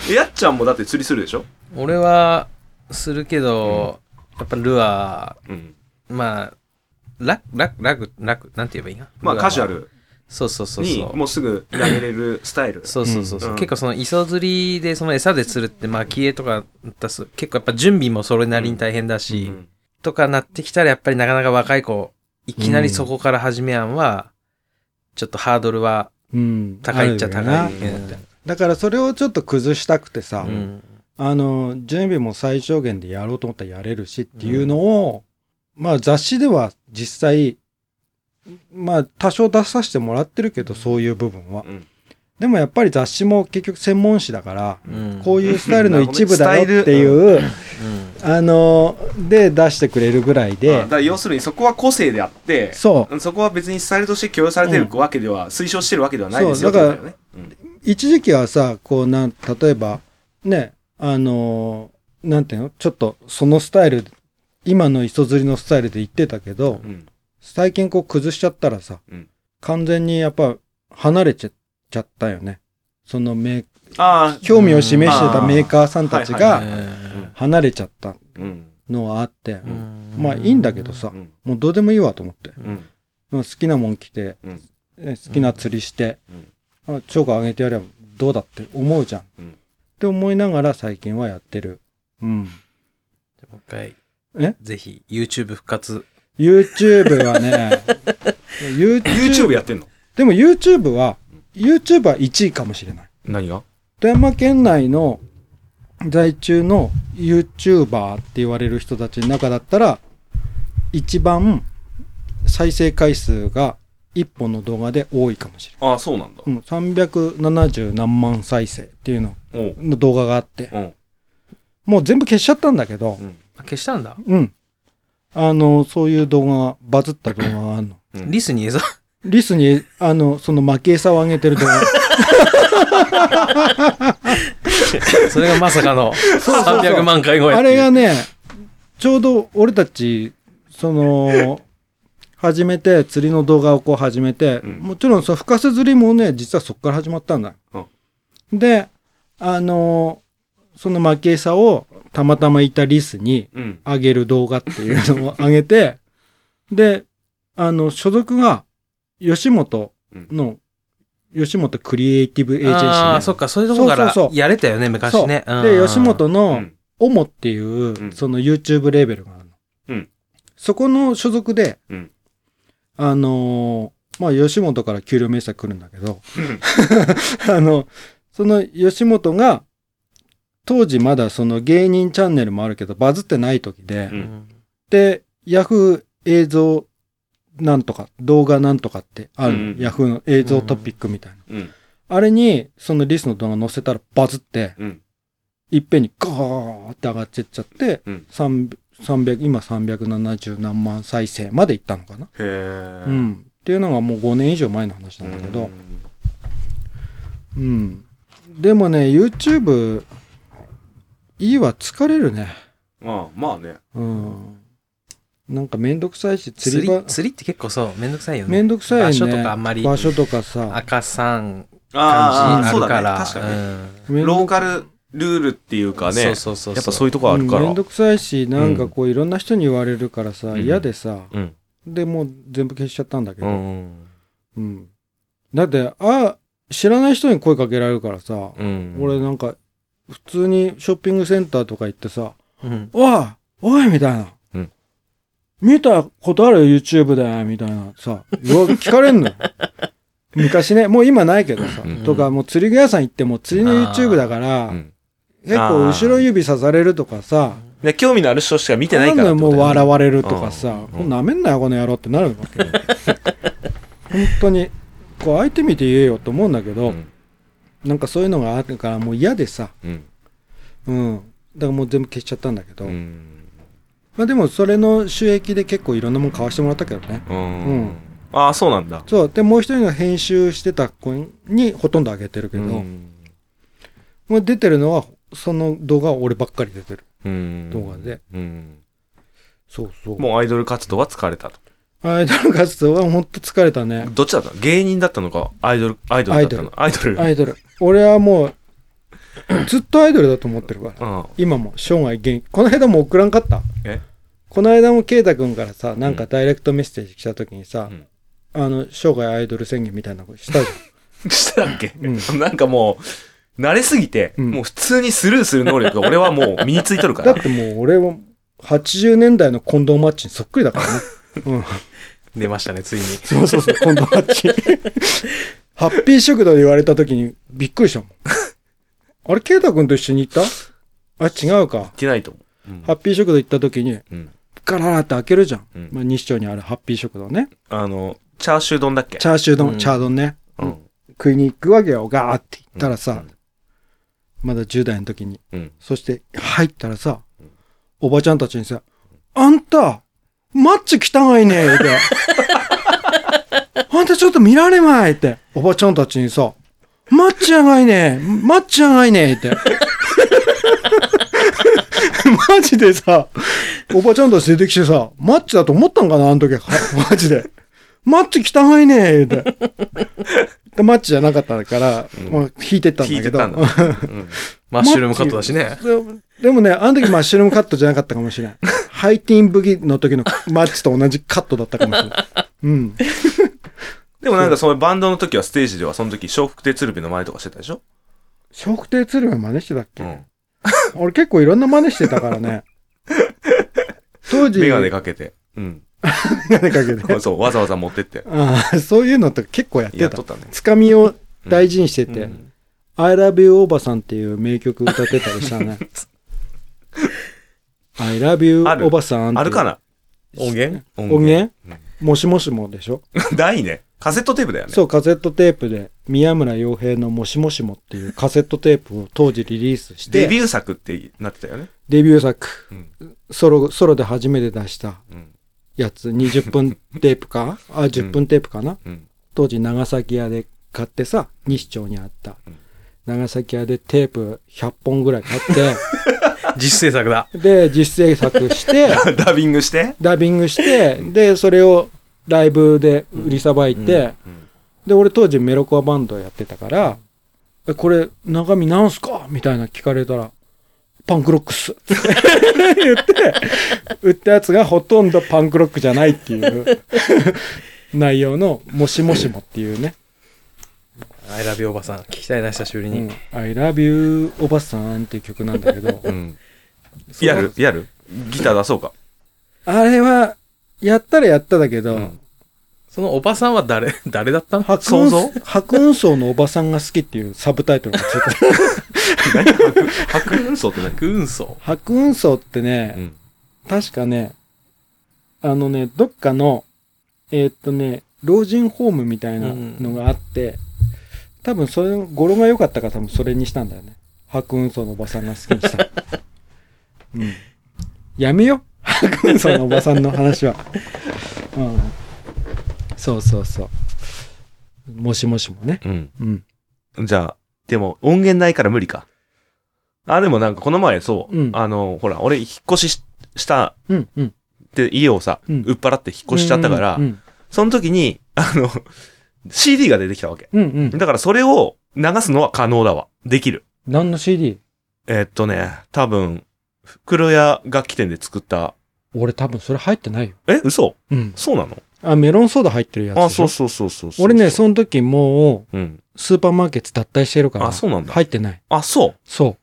やっちゃんもだって釣りするでしょ？ 俺はするけど、うん、やっぱルアー、うん、まあラララグラグなんて言えばいいかな。 まあカジュアル。 そうそうそうそう。 にもうすぐ投げれるスタイル。 そうそうそうそう、うん。結構その磯釣りでその餌で釣るってまあ気鋭とか出す結構やっぱ準備もそれなりに大変だし、うん、とかなってきたらやっぱりなかなか若い子いきなりそこから始めやんは、ちょっとハードルは高いっちゃ高い、うん、 だからそれをちょっと崩したくてさ、うん、あの準備も最小限でやろうと思ったらやれるしっていうのを、うん、まあ雑誌では実際まあ多少出させてもらってるけど、そういう部分は、うん、でもやっぱり雑誌も結局専門誌だから、うん、こういうスタイルの一部だよっていう、うん、あので出してくれるぐらいで、 だから要するにそこは個性であって、そうそこは別にスタイルとして許容されてるわけでは、うん、推奨してるわけではないですよ。 そうだから、ね、うん、一時期はさ、こうなん例えばね、あのなんていうの、ちょっとそのスタイル、今の磯釣りのスタイルで言ってたけど、うん、最近こう崩しちゃったらさ、うん、完全にやっぱ離れちゃったよね。そのメー興味を示してたメーカーさんたちが離れちゃったのはあって、まあいいんだけどさ、うん、もうどうでもいいわと思って、うん、好きなもん着て、うん、好きな釣りして、うん、チョコあげてやればどうだって思うじゃん、うん、って思いながら最近はやってる。うん。 じゃもう一回えぜひ YouTube 復活。 YouTube はね YouTube, YouTube やってんの？ でも YouTube は YouTube はいちいかもしれない。 何が？ 富山県内の在中の YouTuber って言われる人たちの中だったら一番再生回数が一本の動画で多いかもしれない。 ああ、そうなんだ。 うん、さんびゃくななじゅうなんまん再生っていうのの動画があって、もう全部消しちゃったんだけど、うん、 消したんだ。 うん。あの、そういう動画、バズった動画があるの。 うん、リスに餌リスに、あの、その負け餌をあげてる動画。 それがまさかのさんびゃくまん回超え。 あれがね、ちょうど俺たち、その、始めて、釣りの動画をこう始めて、うん、もちろんその深瀬釣りもね、実はそこから始まったんだ。うん、で、あの、その負け餌をたまたまいたリスにあげる動画っていうのをあげて、うん、で、あの、所属が吉本の吉本クリエイティブエージェンシー、ね、 ああ、そっか、そういうとこからそうそうそうやれたよね、昔ね。 そうで、吉本うのんオモっていう、 うんその YouTube レーベルがあるの。 うん。 そこの所属で、 うんあのーまあ、吉本から給料明細来るんだけど、あの、その吉本が、当時まだその芸人チャンネルもあるけど、バズってない時で、 ううんん。 で、ヤフー映像なんとか、動画なんとかってあるの、 うんヤフーの映像トピックみたいな。 うん。 あれに、そのリスの動画載せたらバズって、 うん。 いっぺんにガーって上がってっちゃって、 うんさんびゃく今さんびゃくななじゅう何万再生までいったのかな。 へえ。 うん。っていうのがもうごねん以上前の話なんだけど、うん。でもね、YouTube、いいわ、疲れるね。 まあ、まあね。 うん。なんかめんどくさいし、釣釣りり場、、 釣りって結構そう、めんどくさいよね。 めんどくさいよね。 場所とかあんまり場所とかさ。 赤さんああ、そうだね。 感じあるから。 確かに。 めんどローカルルールっていうかね。 そうそうそうそう。 やっぱそういうとこあるから。 うんめんどくさいし、なんかこういろんな人に言われるからさ、 うん嫌でさ、 うん。 で、もう全部消しちゃったんだけど、 うん。 うん。だって、あ、知らない人に声かけられるからさ、 うん。 俺なんか、普通にショッピングセンターとか行ってさ、 うん。 おいおいみたいな。 うん見たことあるよ YouTube でみたいなさ、よ聞かれんのよ。昔ね、もう今ないけどさ、 うんとかもう釣り具屋さん行っても釣りの YouTube だから、 うん。 結構後ろ指さされるとかさ、 で興味のある人しか見てないからなんだよもう笑われるとかうんさ、 うんこんなめんなよこの野郎ってなるわけよ。本当に、こう相手見て言えよと思うんだけど、 うん。 なんかそういうのがあるからもう嫌でさ、 うん。 うん。だからもう全部消しちゃったんだけど、 うん。 まあでもそれの収益で結構いろんなもん買わしてもらったけどね。 ううんん。ああ、そうなんだ。 そう。で、もう一人が編集してた子にほとんどあげてるけど、 うん。 もう出てるのは、その動画は俺ばっかり出てるうん。 動画で。 うん。 そうそう。 もうアイドル活動は疲れたと。 アイドル活動はほんと疲れたね。 どっちだったの？芸人だったのかアイドル、アイドルだったの？アイドル。 アイドル。俺はもう、ずっとアイドルだと思ってるから。 うん。 今も生涯現役。この間も送らんかったえこの間もケイタ君からさ、なんかダイレクトメッセージ来た時にさ、 うんあの、生涯アイドル宣言みたいなことしたじしてたっけ、 うなんかもう、慣れすぎて、 うんもう普通にスルーする能力が俺はもう身についとるかゃん。 ら。 だってもう俺ははちじゅうねんだいのコンドーマッチにそっくりだからね。うん。 出ましたね、ついに。 そうそうそう、コンドーマッチ。ハッピー食堂で言われた時にびっくりしたもん。あれ、ケイタ君と一緒に行ったあ、違うか。 言ってないと思う。うんハッピー食堂行った時に、 うん。 ガララって開けるじゃん。 うんまあ、西町にあるハッピー食堂ね。 あの、チャーシュー丼だっけチャーシュー丼、 うんチャー丼ね。 うん。 食いに行くわけよ。ガーって行ったらさ、 うんまだじゅう代の時に。 うん。 そして入ったらさ、おばちゃんたちにさ、あんた、マッチ汚いねって。あんたちょっと見られまいって。おばちゃんたちにさ、マッチやがいねマッチやがいねって。マジでさ、おばちゃんたち出てきてさ、マッチだと思ったんかなあの時は。マジで。マッチ汚いねって。でマッチじゃなかったから、 うんまあ、引いてったんだけど。 聞いてたんだ。うんマッシュルームカットだしね。 ででもね、あの時マッシュルームカットじゃなかったかもしれない。ハイティーンブギの時のマッチと同じカットだったかもしれない。うん。 でもなんかそのバンドの時はステージではその時、笑福亭鶴瓶の前とかしてたでしょ？ 笑福亭鶴瓶真似してたっけ、 うん。 俺結構いろんな真似してたからね。当時、 メガネかけて。うん。 メガネかけて。 そう、わざわざ持ってって。 ああ、そういうのとか結構やって。 やったとったね。 つかみを大事にしてて、 うん I love you おばさんっていう名曲歌ってたりしたね。I love you あるおばさんっていうあるかな音源音源もしもしもでしょ大ね。カセットテープだよね。 そう、カセットテープで、宮村洋平のもしもしもっていうカセットテープを当時リリースして、 デビュー作ってなってたよね。 デビュー作、 うん。 ソロ、ソロで初めて出したうん。 やつ、にじゅっぷんテープかあ、じゅっぷんテープかな、 うん。 当時長崎屋で買ってさ、西町にあったうん。 長崎屋でテープひゃっぽんぐらい買っ実製作だ。 て、で、実製作して、 ダビングしてダビングして、で、それをライブで売りさばいて、 うんで、俺当時メロコアバンドやってたから、え、これ、中身なんすかみたいな聞かれたら、パンクロックっす。言って、売ったやつがほとんどパンクロックじゃないっていう内容の、もしもしもっていうね。 I love you おばさん。聞きたいな、久しぶりに。 うん、I love you おばさんっていう曲なんだけど。 うん。やるやるギター出そうか。 あれは、やったらやっただけど、うん、 そのおばさんは誰誰だったの？ 白雲白雲荘のおばさんが好きっていうサブタイトルがついてる。 白雲荘って何？ 白雲荘白雲荘ってね、うん、確かね、あのね、どっかの、えー、っとね、老人ホームみたいなのがあって、うん、多分それの語呂が良かったから多分それにしたんだよね。白雲荘のおばさんが好きにした。うん、やめよ。白雲荘のおばさんの話は。うん、そうそうそう。もしもしもね。 うん。うん。じゃあ、でも音源ないから無理か。あ、でもなんかこの前そう、うん、あの、ほら、俺引っ越しした、うんうん、で家をさ、うん、売っ払って引っ越しちゃったから、うんうんうん、その時に、あの、シーディー が出てきたわけ。うんうん、だからそれを流すのは可能だわ。できる。 何の シーディー？ えー、っとね、多分、袋屋楽器店で作った。 俺多分それ入ってないよ。 え、嘘？うん。そうなの？ あ、メロンソーダ入ってるやつでしょ。 あ、そうそうそうそうそう。 俺ね、その時もう、うん、スーパーマーケット脱退してるから。 あ、そうなんだ。 入ってない。 あ、そう。 そう。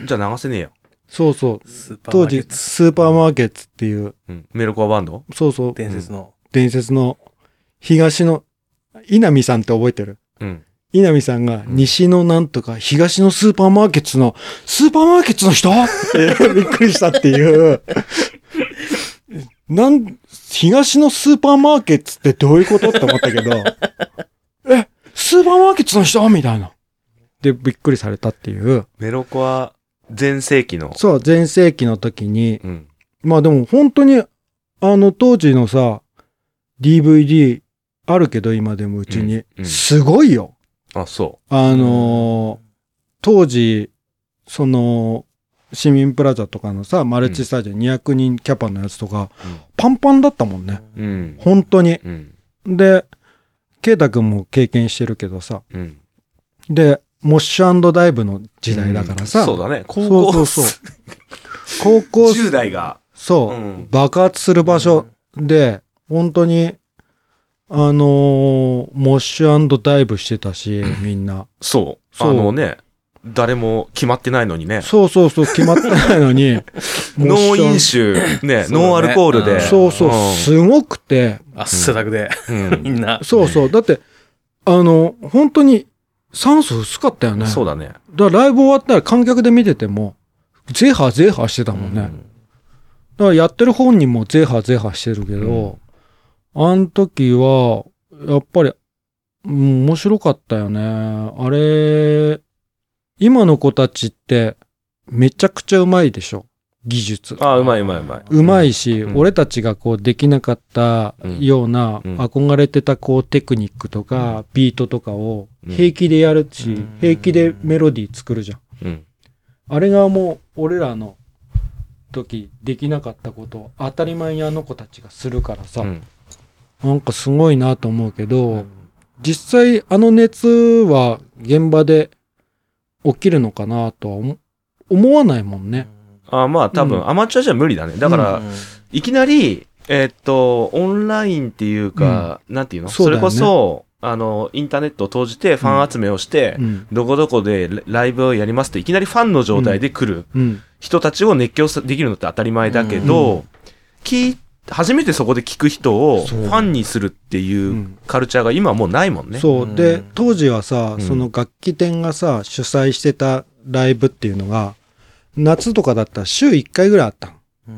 じゃあ流せねえよ。 そうそう。当時、スーパーマーケットっていう。 うん、メロコアバンド？ そうそう。 伝説の。 伝説の、東の、稲見さんって覚えてる？うん。稲見さんが西のなんとか東のスーパーマーケットのスーパーマーケットの人ってびっくりしたっていう。なん、東のスーパーマーケットってどういうことって思ったけど、え、スーパーマーケットの人みたいな。で、びっくりされたっていう。 メロコア全盛期の。 そう、全盛期の時に、うん、まあでも本当に、あの当時のさ、ディーブイディー あるけど今でもうちに、うんうん、すごいよ。 あ、そう。 あのー、当時、その、市民プラザとかのさ、マルチスタジオにひゃくにんキャパのやつとか、うん、パンパンだったもんね。うん、本当に。うん、で、ケイタ君も経験してるけどさ、うん、で、モッシュ&ダイブの時代だからさ、 うん、そうだね。高校そうそうそう。高校じゅう代が。 そう、うん、爆発する場所で、本当に、あのー、モッシュ&ダイブしてたし、みんな。 そう。そうあのね、誰も決まってないのにね。 そうそうそう、決まってないのに。 ノー飲酒、ね、ノーアルコールで。 そうそう、うん、すごくて。 汗だくで、うん、みんな。 そうそう。だって、あの、本当に酸素薄かったよね。 そうだね。 だからライブ終わったら観客で見てても、ゼーハーゼーハーしてたもんね。うん、だからやってる本人もゼーハーゼーハーしてるけど、うん、あの時は、やっぱり、うん、面白かったよね。あれ、今の子たちってめちゃくちゃうまいでしょ、技術。 ああ、うまいうまいうまい。 うまいし、うん、俺たちがこうできなかったような、うん、憧れてたこうテクニックとか、うん、ビートとかを平気でやるし、うん、平気でメロディー作るじゃん。うん、あれがもう俺らの時できなかったことを当たり前にあの子たちがするからさ、うん、なんかすごいなと思うけど、うん、実際あの熱は現場で起きるのかなとは思思わないもんね。 ああ、まあ多分、うん、アマチュアじゃ無理だね。だから、うん、いきなり、えー、っと、オンラインっていうか、うん、なんていうの そ,、ね、それこそ、あの、インターネットを通じてファン集めをして、うん、どこどこでライブをやりますって、いきなりファンの状態で来る人たちを熱狂できるのって当たり前だけど、うん、聞い初めてそこで聞く人をファンにするっていうカルチャーが今はもうないもんね。 そう。で、当時はさ、その楽器店がさ、主催してたライブっていうのが、夏とかだったら週いっかいぐらいあったの。うん。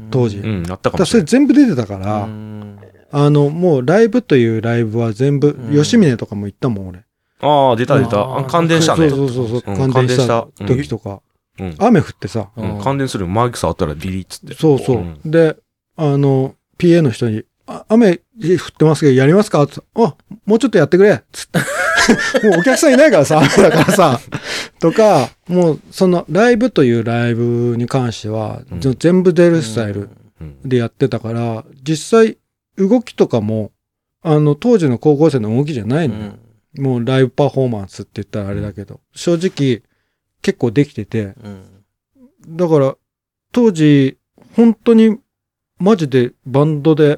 当時。うん、 あったかもしれない。 それ全部出てたから、あの、もうライブというライブは全部、吉峰とかも行ったもん、俺。 ああ、出た出た。感電したね。 そうそうそうそう、感電した時とか。雨降ってさ。 感電するマイク触ったらビリッつって。 そうそう。で、あの、ピーエー の人に、あ雨降ってますけど、やりますかつって、あ、もうちょっとやってくれつって。もうお客さんいないからさ、雨だからさ。とか、もう、その、ライブというライブに関しては、うん、全部出るスタイルでやってたから、実際、動きとかも、あの、当時の高校生の動きじゃないのよ。うん、もう、ライブパフォーマンスって言ったらあれだけど、正直、結構できてて、うん、だから、当時、本当に、マジでバンドで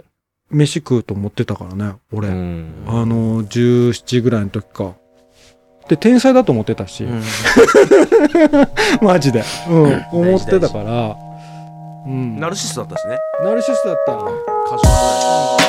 飯食うと思ってたからね、俺。 うんあの、じゅうななぐらいの時か。で、天才だと思ってたし、 うん、 マジで。うん、 大思事ってたから。うん。 ナルシストだったしね。 ナルシストだった。 カジュアルだよ。